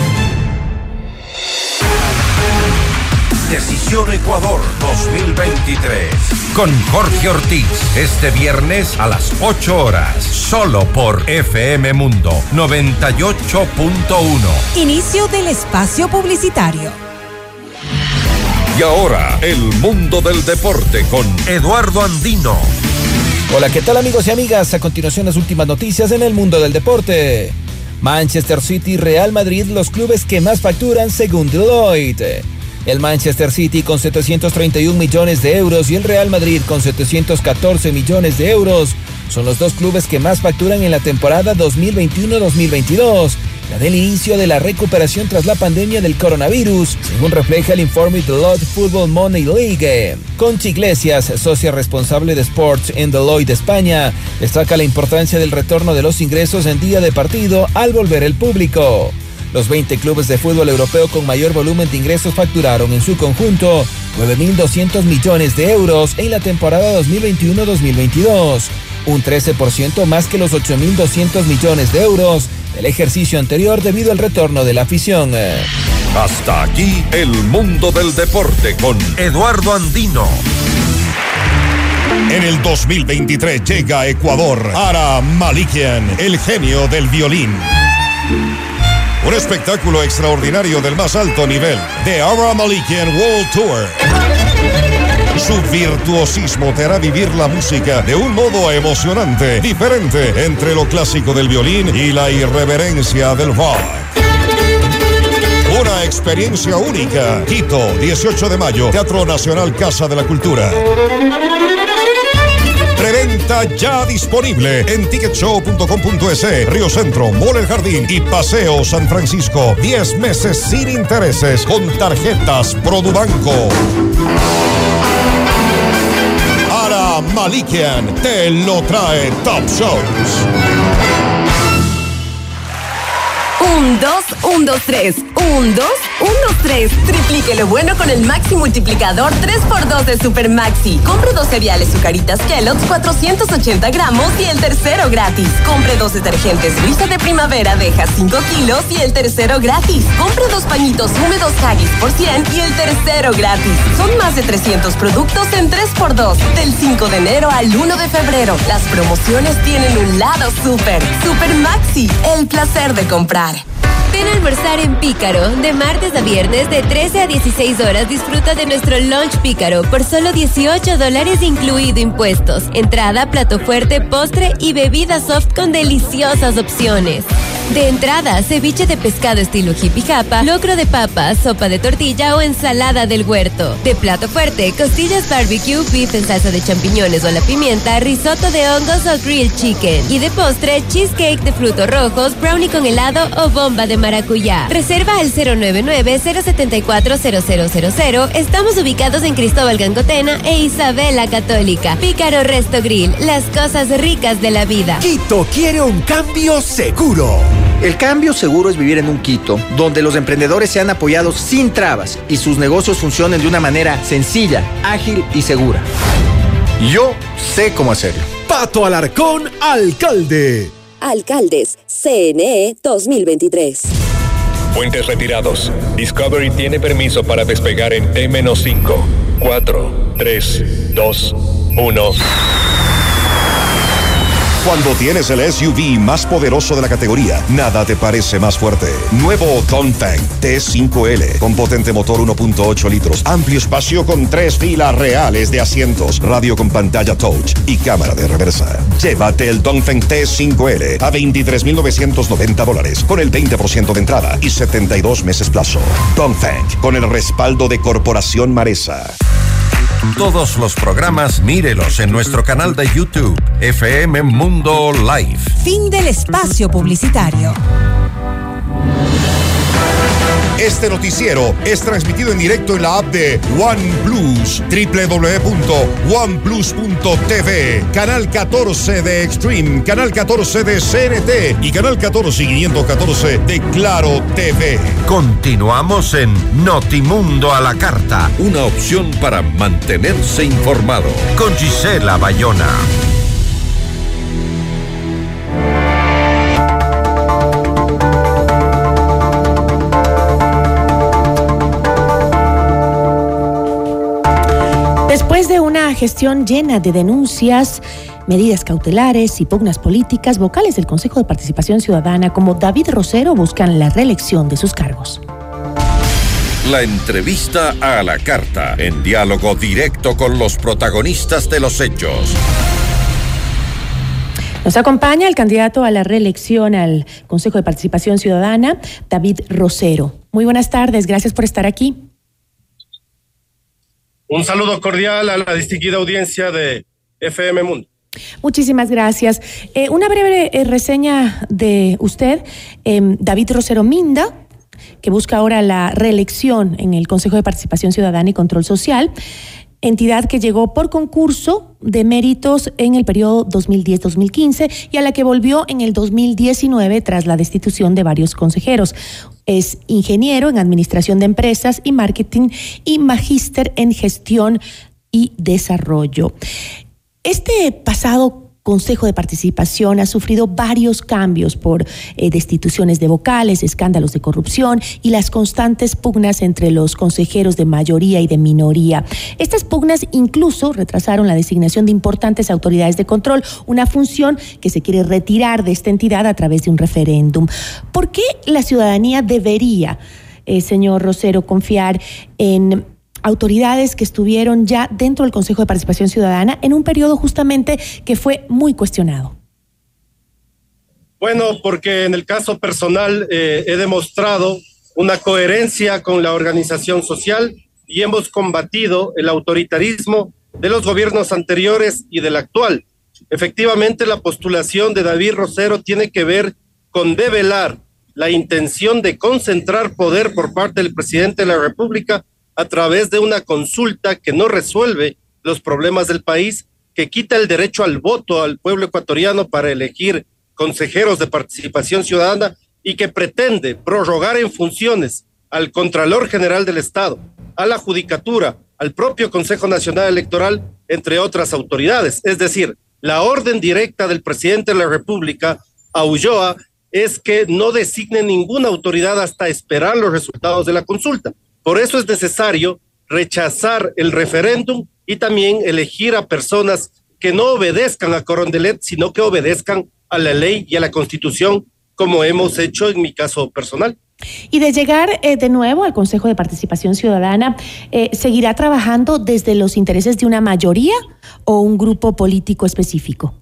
Decisión Ecuador dos mil veintitrés. Con Jorge Ortiz. Este viernes a las ocho horas. Solo por F M Mundo noventa y ocho punto uno. Inicio del espacio publicitario. Y ahora, el mundo del deporte con Eduardo Andino. Hola, ¿qué tal amigos y amigas? A continuación las últimas noticias en el mundo del deporte. Manchester City y Real Madrid, los clubes que más facturan según Deloitte. El Manchester City con setecientos treinta y un millones de euros y el Real Madrid con setecientos catorce millones de euros son los dos clubes que más facturan en la temporada dos mil veintiuno dos mil veintidós, la del inicio de la recuperación tras la pandemia del coronavirus, según refleja el informe Deloitte Football Money League. Conchi Iglesias, socia responsable de Sports en Deloitte España, destaca la importancia del retorno de los ingresos en día de partido al volver el público. Los veinte clubes de fútbol europeo con mayor volumen de ingresos facturaron en su conjunto nueve mil doscientos millones de euros en la temporada dos mil veintiuno dos mil veintidós, un trece por ciento más que los ocho mil doscientos millones de euros del ejercicio anterior debido al retorno de la afición. Hasta aquí el mundo del deporte con Eduardo Andino. En el dos mil veintitrés llega a Ecuador Ara Malikian, el genio del violín. Un espectáculo extraordinario del más alto nivel, The Ara Malikian World Tour. Su virtuosismo te hará vivir la música de un modo emocionante, diferente entre lo clásico del violín y la irreverencia del rock. Una experiencia única. Quito, dieciocho de mayo, Teatro Nacional Casa de la Cultura. Preventa ya disponible en ticket show punto com punto es, Río Centro, Mall El Jardín y Paseo San Francisco. diez meses sin intereses con tarjetas Produbanco. Ara Malikian te lo trae Top Shows. Un, dos, un, dos, tres. Un, dos, un, dos, tres. Triplique lo bueno con el Maxi Multiplicador tres por dos de Super Maxi. Compre dos cereales Zucaritas Kellogg's cuatrocientos ochenta gramos y el tercero gratis. Compre dos detergentes Brisa de Primavera Deja cinco kilos y el tercero gratis. Compre dos pañitos húmedos Haggis por cien y el tercero gratis. Son más de trescientos productos en tres por dos. Del cinco de enero al uno de febrero. Las promociones tienen un lado super. Super Maxi, el placer de comprar. Ven a almorzar en Pícaro. De martes a viernes de trece a dieciséis horas disfruta de nuestro lunch Pícaro por solo dieciocho dólares incluido impuestos. Entrada, plato fuerte, postre y bebida soft con deliciosas opciones. De entrada, ceviche de pescado estilo hippie japa, locro de papa, sopa de tortilla o ensalada del huerto. De plato fuerte, costillas barbecue, beef en salsa de champiñones o a la pimienta, risotto de hongos o grilled chicken. Y de postre, cheesecake de frutos rojos, brownie con helado o bomba de maracuyá. Reserva al cero nueve nueve, cero siete cuatro, cero cero cero cero. Estamos ubicados en Cristóbal Gangotena e Isabela Católica. Pícaro Resto Grill, las cosas ricas de la vida. Quito quiere un cambio seguro. El cambio seguro es vivir en un Quito donde los emprendedores sean apoyados sin trabas y sus negocios funcionen de una manera sencilla, ágil y segura. Yo sé cómo hacerlo. Pato Alarcón, alcalde. Alcaldes, C N E dos mil veintitrés. Puentes retirados. Discovery tiene permiso para despegar en T cinco, cuatro, tres, dos, uno. Cuando tienes el S U V más poderoso de la categoría, nada te parece más fuerte. Nuevo Dongfeng T cinco L con potente motor uno punto ocho litros, amplio espacio con tres filas reales de asientos, radio con pantalla touch y cámara de reversa. Llévate el Dongfeng T cinco L a veintitrés mil novecientos noventa dólares con el veinte por ciento de entrada y setenta y dos meses plazo. Dongfeng con el respaldo de Corporación Maresa. Todos los programas mírelos en nuestro canal de YouTube, F M Mundo Live. Fin del espacio publicitario. Este noticiero es transmitido en directo en la app de OnePlus, doble u doble u doble u punto one plus punto t v, Canal catorce de Extreme, Canal catorce de C N T y Canal catorce y quinientos catorce de Claro T V. Continuamos en Notimundo a la Carta, una opción para mantenerse informado. Con Gisela Bayona. Después de una gestión llena de denuncias, medidas cautelares y pugnas políticas, vocales del Consejo de Participación Ciudadana como David Rosero buscan la reelección de sus cargos. La entrevista a la carta, en diálogo directo con los protagonistas de los hechos. Nos acompaña el candidato a la reelección al Consejo de Participación Ciudadana, David Rosero. Muy buenas tardes, gracias por estar aquí. Un saludo cordial a la distinguida audiencia de F M Mundo. Muchísimas gracias. Eh, una breve eh, reseña de usted, eh, David Rosero Minda, que busca ahora la reelección en el Consejo de Participación Ciudadana y Control Social, entidad que llegó por concurso de méritos en el periodo dos mil diez a dos mil quince y a la que volvió en el dos mil diecinueve tras la destitución de varios consejeros. Es ingeniero en Administración de Empresas y Marketing y magíster en Gestión y Desarrollo. Este pasado Consejo de Participación ha sufrido varios cambios por eh, destituciones de vocales, escándalos de corrupción y las constantes pugnas entre los consejeros de mayoría y de minoría. Estas pugnas incluso retrasaron la designación de importantes autoridades de control, una función que se quiere retirar de esta entidad a través de un referéndum. ¿Por qué la ciudadanía debería, eh, señor Rosero, confiar en autoridades que estuvieron ya dentro del Consejo de Participación Ciudadana en un periodo justamente que fue muy cuestionado? Bueno, porque en el caso personal eh, he demostrado una coherencia con la organización social y hemos combatido el autoritarismo de los gobiernos anteriores y del actual. Efectivamente, la postulación de David Rosero tiene que ver con develar la intención de concentrar poder por parte del presidente de la República a través de una consulta que no resuelve los problemas del país, que quita el derecho al voto al pueblo ecuatoriano para elegir consejeros de participación ciudadana y que pretende prorrogar en funciones al Contralor General del Estado, a la Judicatura, al propio Consejo Nacional Electoral, entre otras autoridades. Es decir, la orden directa del presidente de la República a Ulloa es que no designe ninguna autoridad hasta esperar los resultados de la consulta. Por eso es necesario rechazar el referéndum y también elegir a personas que no obedezcan a Carondelet, sino que obedezcan a la ley y a la Constitución, como hemos hecho en mi caso personal. Y de llegar eh, de nuevo al Consejo de Participación Ciudadana, eh, ¿seguirá trabajando desde los intereses de una mayoría o un grupo político específico?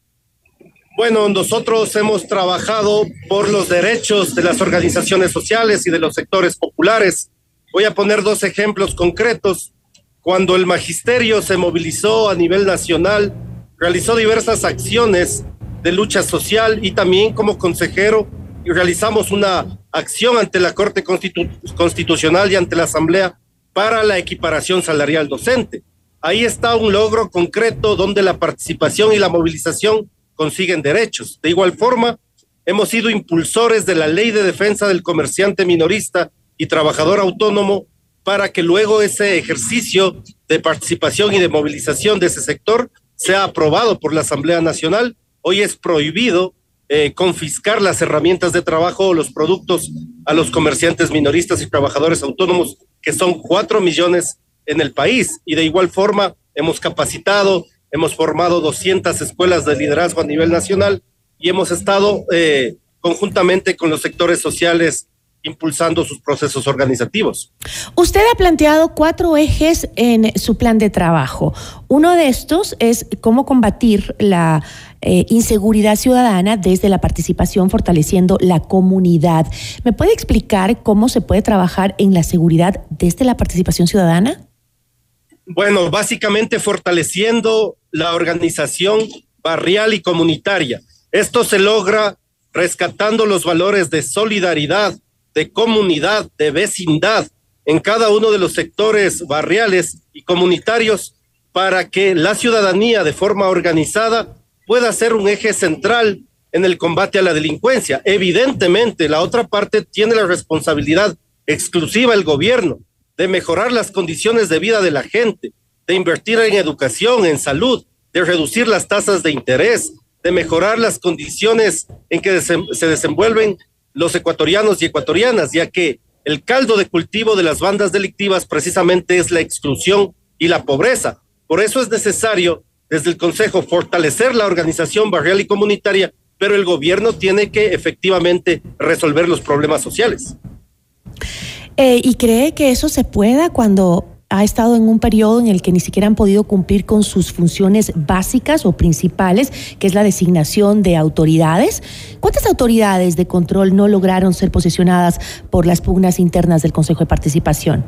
Bueno, nosotros hemos trabajado por los derechos de las organizaciones sociales y de los sectores populares. Voy a poner dos ejemplos concretos. Cuando el magisterio se movilizó a nivel nacional, realizó diversas acciones de lucha social y también como consejero y realizamos una acción ante la Corte Constitu- Constitucional y ante la Asamblea para la equiparación salarial docente. Ahí está un logro concreto donde la participación y la movilización consiguen derechos. De igual forma, hemos sido impulsores de la Ley de Defensa del Comerciante Minorista y Trabajador Autónomo para que luego ese ejercicio de participación y de movilización de ese sector sea aprobado por la Asamblea Nacional. Hoy es prohibido eh, confiscar las herramientas de trabajo o los productos a los comerciantes minoristas y trabajadores autónomos, que son cuatro millones en el país. Y de igual forma hemos capacitado, hemos formado doscientas escuelas de liderazgo a nivel nacional y hemos estado eh, conjuntamente con los sectores sociales impulsando sus procesos organizativos. Usted ha planteado cuatro ejes en su plan de trabajo. Uno de estos es cómo combatir la eh, inseguridad ciudadana desde la participación, fortaleciendo la comunidad. ¿Me puede explicar cómo se puede trabajar en la seguridad desde la participación ciudadana? Bueno, básicamente fortaleciendo la organización barrial y comunitaria. Esto se logra rescatando los valores de solidaridad, de comunidad, de vecindad en cada uno de los sectores barriales y comunitarios para que la ciudadanía de forma organizada pueda ser un eje central en el combate a la delincuencia. Evidentemente, la otra parte tiene la responsabilidad exclusiva el gobierno de mejorar las condiciones de vida de la gente, de invertir en educación, en salud, de reducir las tasas de interés, de mejorar las condiciones en que se desenvuelven los ecuatorianos y ecuatorianas, ya que el caldo de cultivo de las bandas delictivas precisamente es la exclusión y la pobreza. Por eso es necesario desde el Consejo fortalecer la organización barrial y comunitaria, pero el gobierno tiene que efectivamente resolver los problemas sociales. Eh, ¿Y cree que eso se pueda cuando ha estado en un periodo en el que ni siquiera han podido cumplir con sus funciones básicas o principales, que es la designación de autoridades? ¿Cuántas autoridades de control no lograron ser posesionadas por las pugnas internas del Consejo de Participación?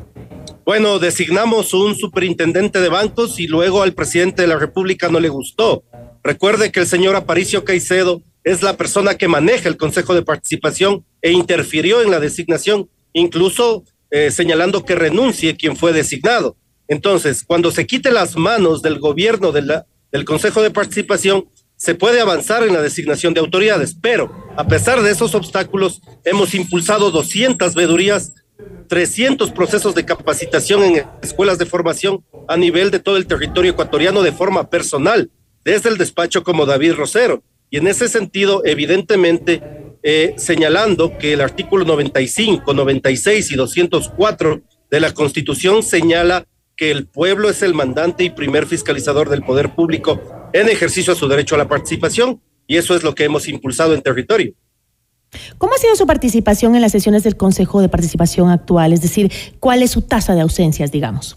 Bueno, designamos un superintendente de bancos y luego al presidente de la República no le gustó. Recuerde que el señor Aparicio Caicedo es la persona que maneja el Consejo de Participación e interfirió en la designación, incluso Eh, señalando que renuncie quien fue designado. Entonces, cuando se quite las manos del gobierno de la, del Consejo de Participación, se puede avanzar en la designación de autoridades, pero a pesar de esos obstáculos, hemos impulsado doscientas veedurías, trescientos procesos de capacitación en escuelas de formación a nivel de todo el territorio ecuatoriano de forma personal, desde el despacho como David Rosero. Y en ese sentido, evidentemente, Eh, señalando que el artículo noventa y cinco, noventa y seis y doscientos cuatro de la Constitución señala que el pueblo es el mandante y primer fiscalizador del poder público en ejercicio a su derecho a la participación, y eso es lo que hemos impulsado en territorio. ¿Cómo ha sido su participación en las sesiones del Consejo de Participación actual? Es decir, ¿cuál es su tasa de ausencias, digamos?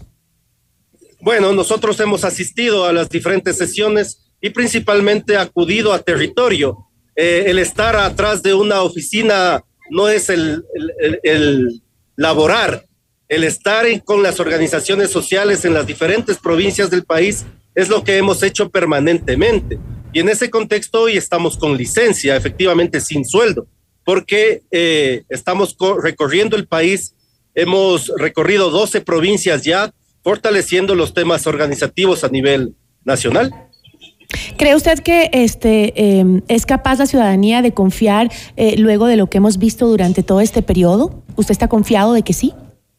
Bueno, nosotros hemos asistido a las diferentes sesiones y principalmente acudido a territorio. Eh, el estar atrás de una oficina no es el, el, el, el laborar, el estar en, con las organizaciones sociales en las diferentes provincias del país es lo que hemos hecho permanentemente. Y en ese contexto hoy estamos con licencia, efectivamente sin sueldo, porque eh, estamos recorriendo el país, hemos recorrido doce provincias ya, fortaleciendo los temas organizativos a nivel nacional. ¿Cree usted que este eh, es capaz la ciudadanía de confiar eh, luego de lo que hemos visto durante todo este periodo? ¿Usted está confiado de que sí?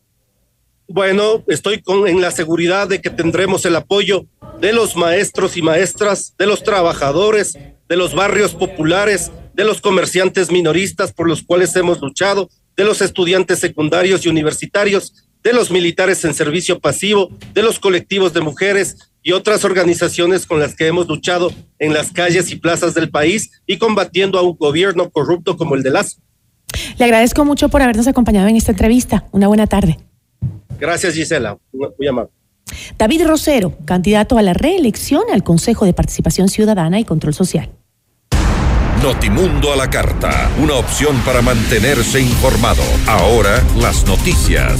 Bueno, estoy con, en la seguridad de que tendremos el apoyo de los maestros y maestras, de los trabajadores, de los barrios populares, de los comerciantes minoristas por los cuales hemos luchado, de los estudiantes secundarios y universitarios, de los militares en servicio pasivo, de los colectivos de mujeres, y otras organizaciones con las que hemos luchado en las calles y plazas del país y combatiendo a un gobierno corrupto como el de Lazo. Le agradezco mucho por habernos acompañado en esta entrevista. Una buena tarde. Gracias, Gisela. Muy amable. David Rosero, candidato a la reelección al Consejo de Participación Ciudadana y Control Social. Notimundo a la carta, una opción para mantenerse informado. Ahora las noticias.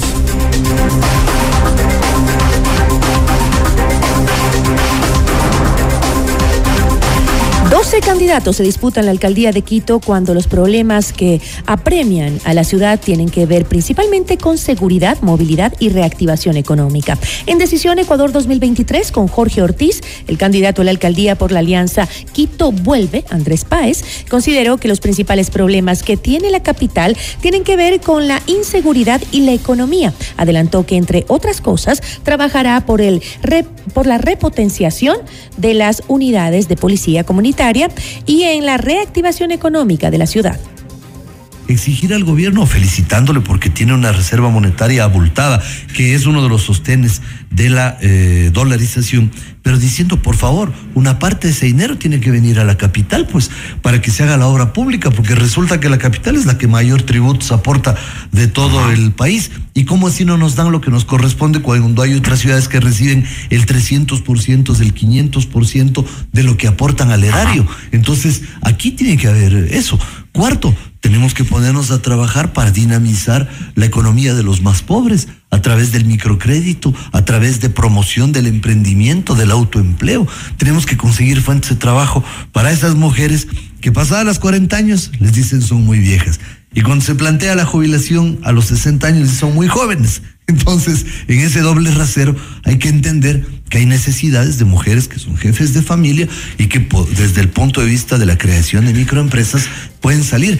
doce candidatos se disputan la alcaldía de Quito cuando los problemas que apremian a la ciudad tienen que ver principalmente con seguridad, movilidad y reactivación económica. En Decisión Ecuador dos mil veintitrés, con Jorge Ortiz, el candidato a la alcaldía por la alianza Quito Vuelve, Andrés Páez, consideró que los principales problemas que tiene la capital tienen que ver con la inseguridad y la economía. Adelantó que, entre otras cosas, trabajará por, el re, por la repotenciación de las unidades de policía comunitaria y en la reactivación económica de la ciudad. Exigir al gobierno, felicitándole porque tiene una reserva monetaria abultada, que es uno de los sostenes de la eh, dolarización, pero diciendo, por favor, una parte de ese dinero tiene que venir a la capital, pues, para que se haga la obra pública, porque resulta que la capital es la que mayor tributos aporta de todo el país. ¿Y cómo así no nos dan lo que nos corresponde cuando hay otras ciudades que reciben el trescientos por ciento, el quinientos por ciento de lo que aportan al erario? Entonces, aquí tiene que haber eso. Cuarto, tenemos que ponernos a trabajar para dinamizar la economía de los más pobres a través del microcrédito, a través de promoción del emprendimiento, del autoempleo. Tenemos que conseguir fuentes de trabajo para esas mujeres que pasadas las cuarenta años les dicen son muy viejas. Y cuando se plantea la jubilación a los sesenta años son muy jóvenes. Entonces, en ese doble rasero hay que entender que hay necesidades de mujeres que son jefes de familia y que desde el punto de vista de la creación de microempresas pueden salir.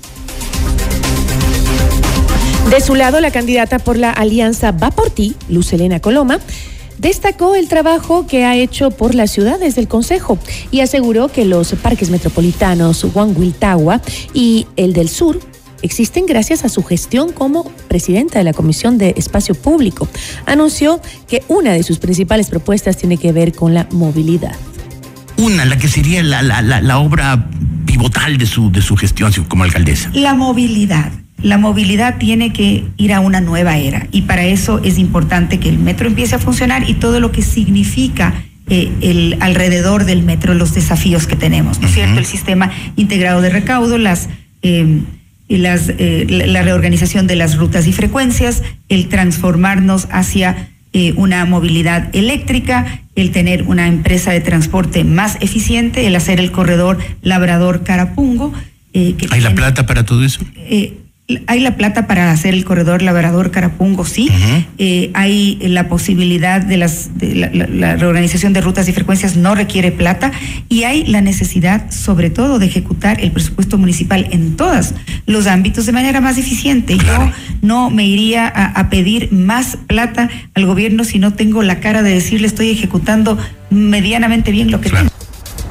De su lado, la candidata por la alianza Va por Ti, Luz Helena Coloma, destacó el trabajo que ha hecho por la ciudad desde el Consejo y aseguró que los parques metropolitanos Huanguiltagua y el del Sur existen gracias a su gestión como presidenta de la Comisión de Espacio Público. Anunció que una de sus principales propuestas tiene que ver con la movilidad. Una, la que sería la, la, la, la obra pivotal de su, de su gestión como alcaldesa. La movilidad. La movilidad tiene que ir a una nueva era y para eso es importante que el metro empiece a funcionar y todo lo que significa eh, el alrededor del metro, los desafíos que tenemos, ¿no es uh-huh. cierto? El sistema integrado de recaudo, las... Eh, Las, eh, la reorganización de las rutas y frecuencias, el transformarnos hacia eh, una movilidad eléctrica, el tener una empresa de transporte más eficiente, el hacer el corredor Labrador-Carapungo. Eh, que ¿Hay tiene, la plata para todo eso? Eh, hay la plata para hacer el corredor Labrador-Carapungo, sí. Uh-huh. Eh, hay la posibilidad de las de la, la, la reorganización de rutas y frecuencias no requiere plata y hay la necesidad, sobre todo, de ejecutar el presupuesto municipal en todos los ámbitos de manera más eficiente. Claro. Yo no me iría a, a pedir más plata al gobierno si no tengo la cara de decirle estoy ejecutando medianamente bien lo que claro. tengo.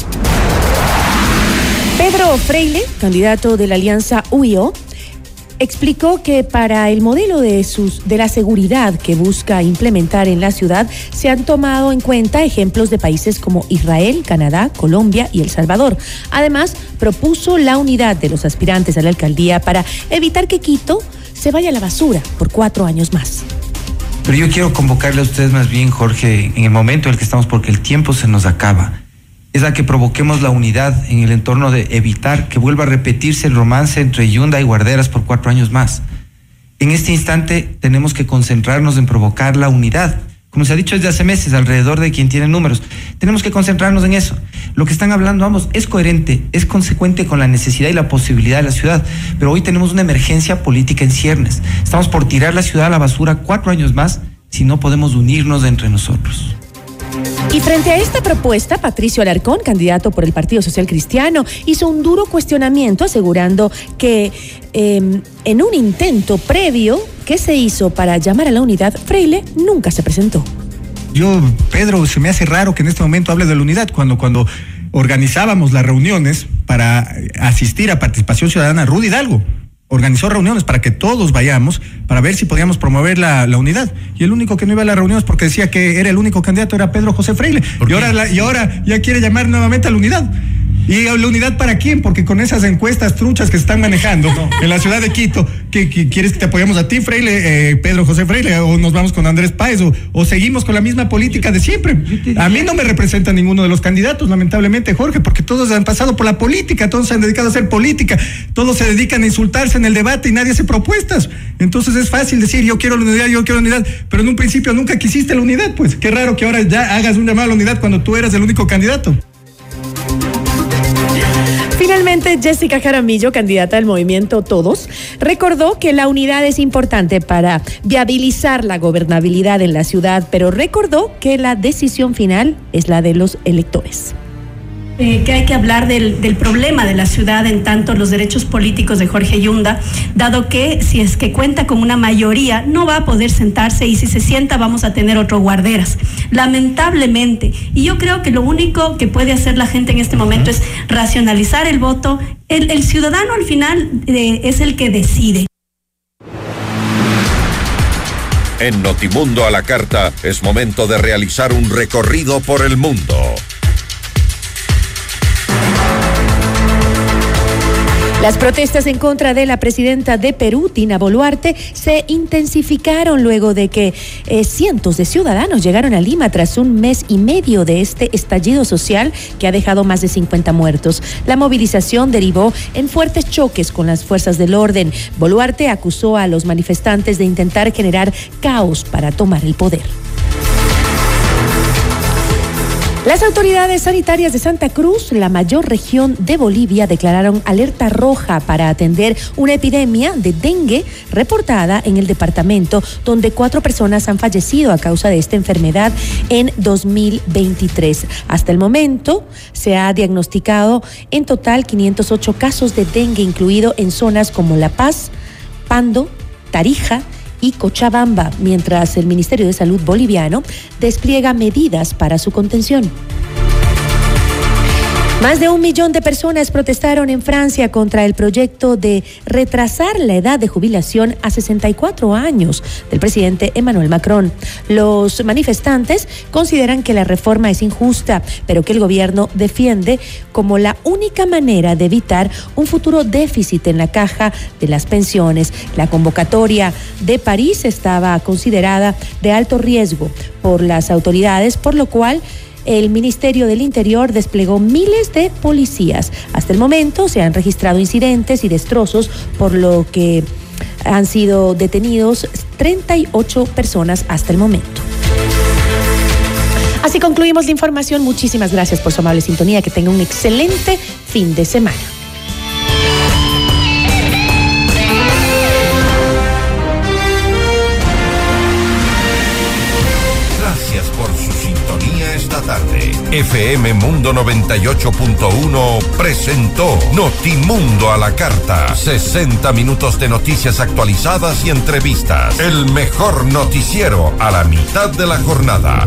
Pedro Freile, candidato de la alianza U I O, explicó que para el modelo de, sus, de la seguridad que busca implementar en la ciudad se han tomado en cuenta ejemplos de países como Israel, Canadá, Colombia y El Salvador. Además, propuso la unidad de los aspirantes a la alcaldía para evitar que Quito se vaya a la basura por cuatro años más. Pero yo quiero convocarle a ustedes más bien, Jorge, en el momento en el que estamos, porque el tiempo se nos acaba, es a que provoquemos la unidad en el entorno de evitar que vuelva a repetirse el romance entre Yunda y Guarderas por cuatro años más. En este instante tenemos que concentrarnos en provocar la unidad. Como se ha dicho desde hace meses, alrededor de quien tiene números. Tenemos que concentrarnos en eso. Lo que están hablando ambos es coherente, es consecuente con la necesidad y la posibilidad de la ciudad. Pero hoy tenemos una emergencia política en ciernes. Estamos por tirar la ciudad a la basura cuatro años más si no podemos unirnos entre nosotros. Y frente a esta propuesta, Patricio Alarcón, candidato por el Partido Social Cristiano, hizo un duro cuestionamiento asegurando que eh, en un intento previo que se hizo para llamar a la unidad, Freile nunca se presentó. Yo, Pedro, se me hace raro que en este momento hable de la unidad cuando, cuando organizábamos las reuniones para asistir a Participación Ciudadana, Rudy Hidalgo organizó reuniones para que todos vayamos, para ver si podíamos promover la, la unidad. Y el único que no iba a las reuniones porque decía que era el único candidato era Pedro José Freile. Y ahora, la, y ahora ya quiere llamar nuevamente a la unidad. ¿Y la unidad para quién? Porque con esas encuestas truchas que se están manejando no. en la ciudad de Quito, ¿qué, qué quieres que te apoyemos a ti, Freile, eh, Pedro José Freile, o nos vamos con Andrés Páez, o, o seguimos con la misma política de siempre? A mí no me representa ninguno de los candidatos, lamentablemente, Jorge, porque todos han pasado por la política, todos se han dedicado a hacer política, todos se dedican a insultarse en el debate y nadie hace propuestas. Entonces es fácil decir, yo quiero la unidad, yo quiero la unidad, pero en un principio nunca quisiste la unidad, pues qué raro que ahora ya hagas un llamado a la unidad cuando tú eras el único candidato. Finalmente, Jessica Jaramillo, candidata del movimiento Todos, recordó que la unidad es importante para viabilizar la gobernabilidad en la ciudad, pero recordó que la decisión final es la de los electores. Eh, que hay que hablar del, del problema de la ciudad en tanto los derechos políticos de Jorge Yunda, dado que si es que cuenta con una mayoría no va a poder sentarse y si se sienta vamos a tener otro Guarderas, lamentablemente. Y yo creo que lo único que puede hacer la gente en este momento es racionalizar el voto. El, el ciudadano al final eh, es el que decide. En Notimundo a la Carta es momento de realizar un recorrido por el mundo. Las protestas en contra de la presidenta de Perú, Dina Boluarte, se intensificaron luego de que eh, cientos de ciudadanos llegaron a Lima tras un mes y medio de este estallido social que ha dejado más de cincuenta muertos. La movilización derivó en fuertes choques con las fuerzas del orden. Boluarte acusó a los manifestantes de intentar generar caos para tomar el poder. Las autoridades sanitarias de Santa Cruz, la mayor región de Bolivia, declararon alerta roja para atender una epidemia de dengue reportada en el departamento, donde cuatro personas han fallecido a causa de esta enfermedad en dos mil veintitrés. Hasta el momento se ha diagnosticado en total quinientos ocho casos de dengue, incluido en zonas como La Paz, Pando, Tarija y Cochabamba, mientras el Ministerio de Salud boliviano despliega medidas para su contención. Más de un millón de personas protestaron en Francia contra el proyecto de retrasar la edad de jubilación a sesenta y cuatro años del presidente Emmanuel Macron. Los manifestantes consideran que la reforma es injusta, pero que el gobierno defiende como la única manera de evitar un futuro déficit en la caja de las pensiones. La convocatoria de París estaba considerada de alto riesgo por las autoridades, por lo cual el Ministerio del Interior desplegó miles de policías. Hasta el momento se han registrado incidentes y destrozos, por lo que han sido detenidos treinta y ocho personas hasta el momento. Así concluimos la información. Muchísimas gracias por su amable sintonía. Que tenga un excelente fin de semana. Tarde. F M Mundo noventa y ocho punto uno presentó Notimundo a la Carta. sesenta minutos de noticias actualizadas y entrevistas. El mejor noticiero a la mitad de la jornada.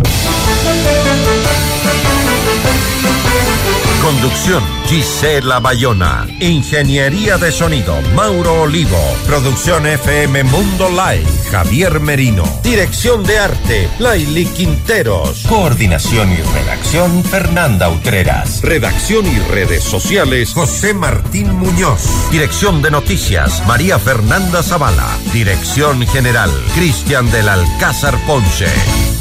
Conducción, Gisela Bayona. Ingeniería de sonido, Mauro Olivo. Producción F M Mundo Live, Javier Merino. Dirección de arte, Laili Quinteros. Coordinación y redacción, Fernanda Utreras. Redacción y redes sociales, José Martín Muñoz. Dirección de noticias, María Fernanda Zavala. Dirección general, Cristian del Alcázar Ponce.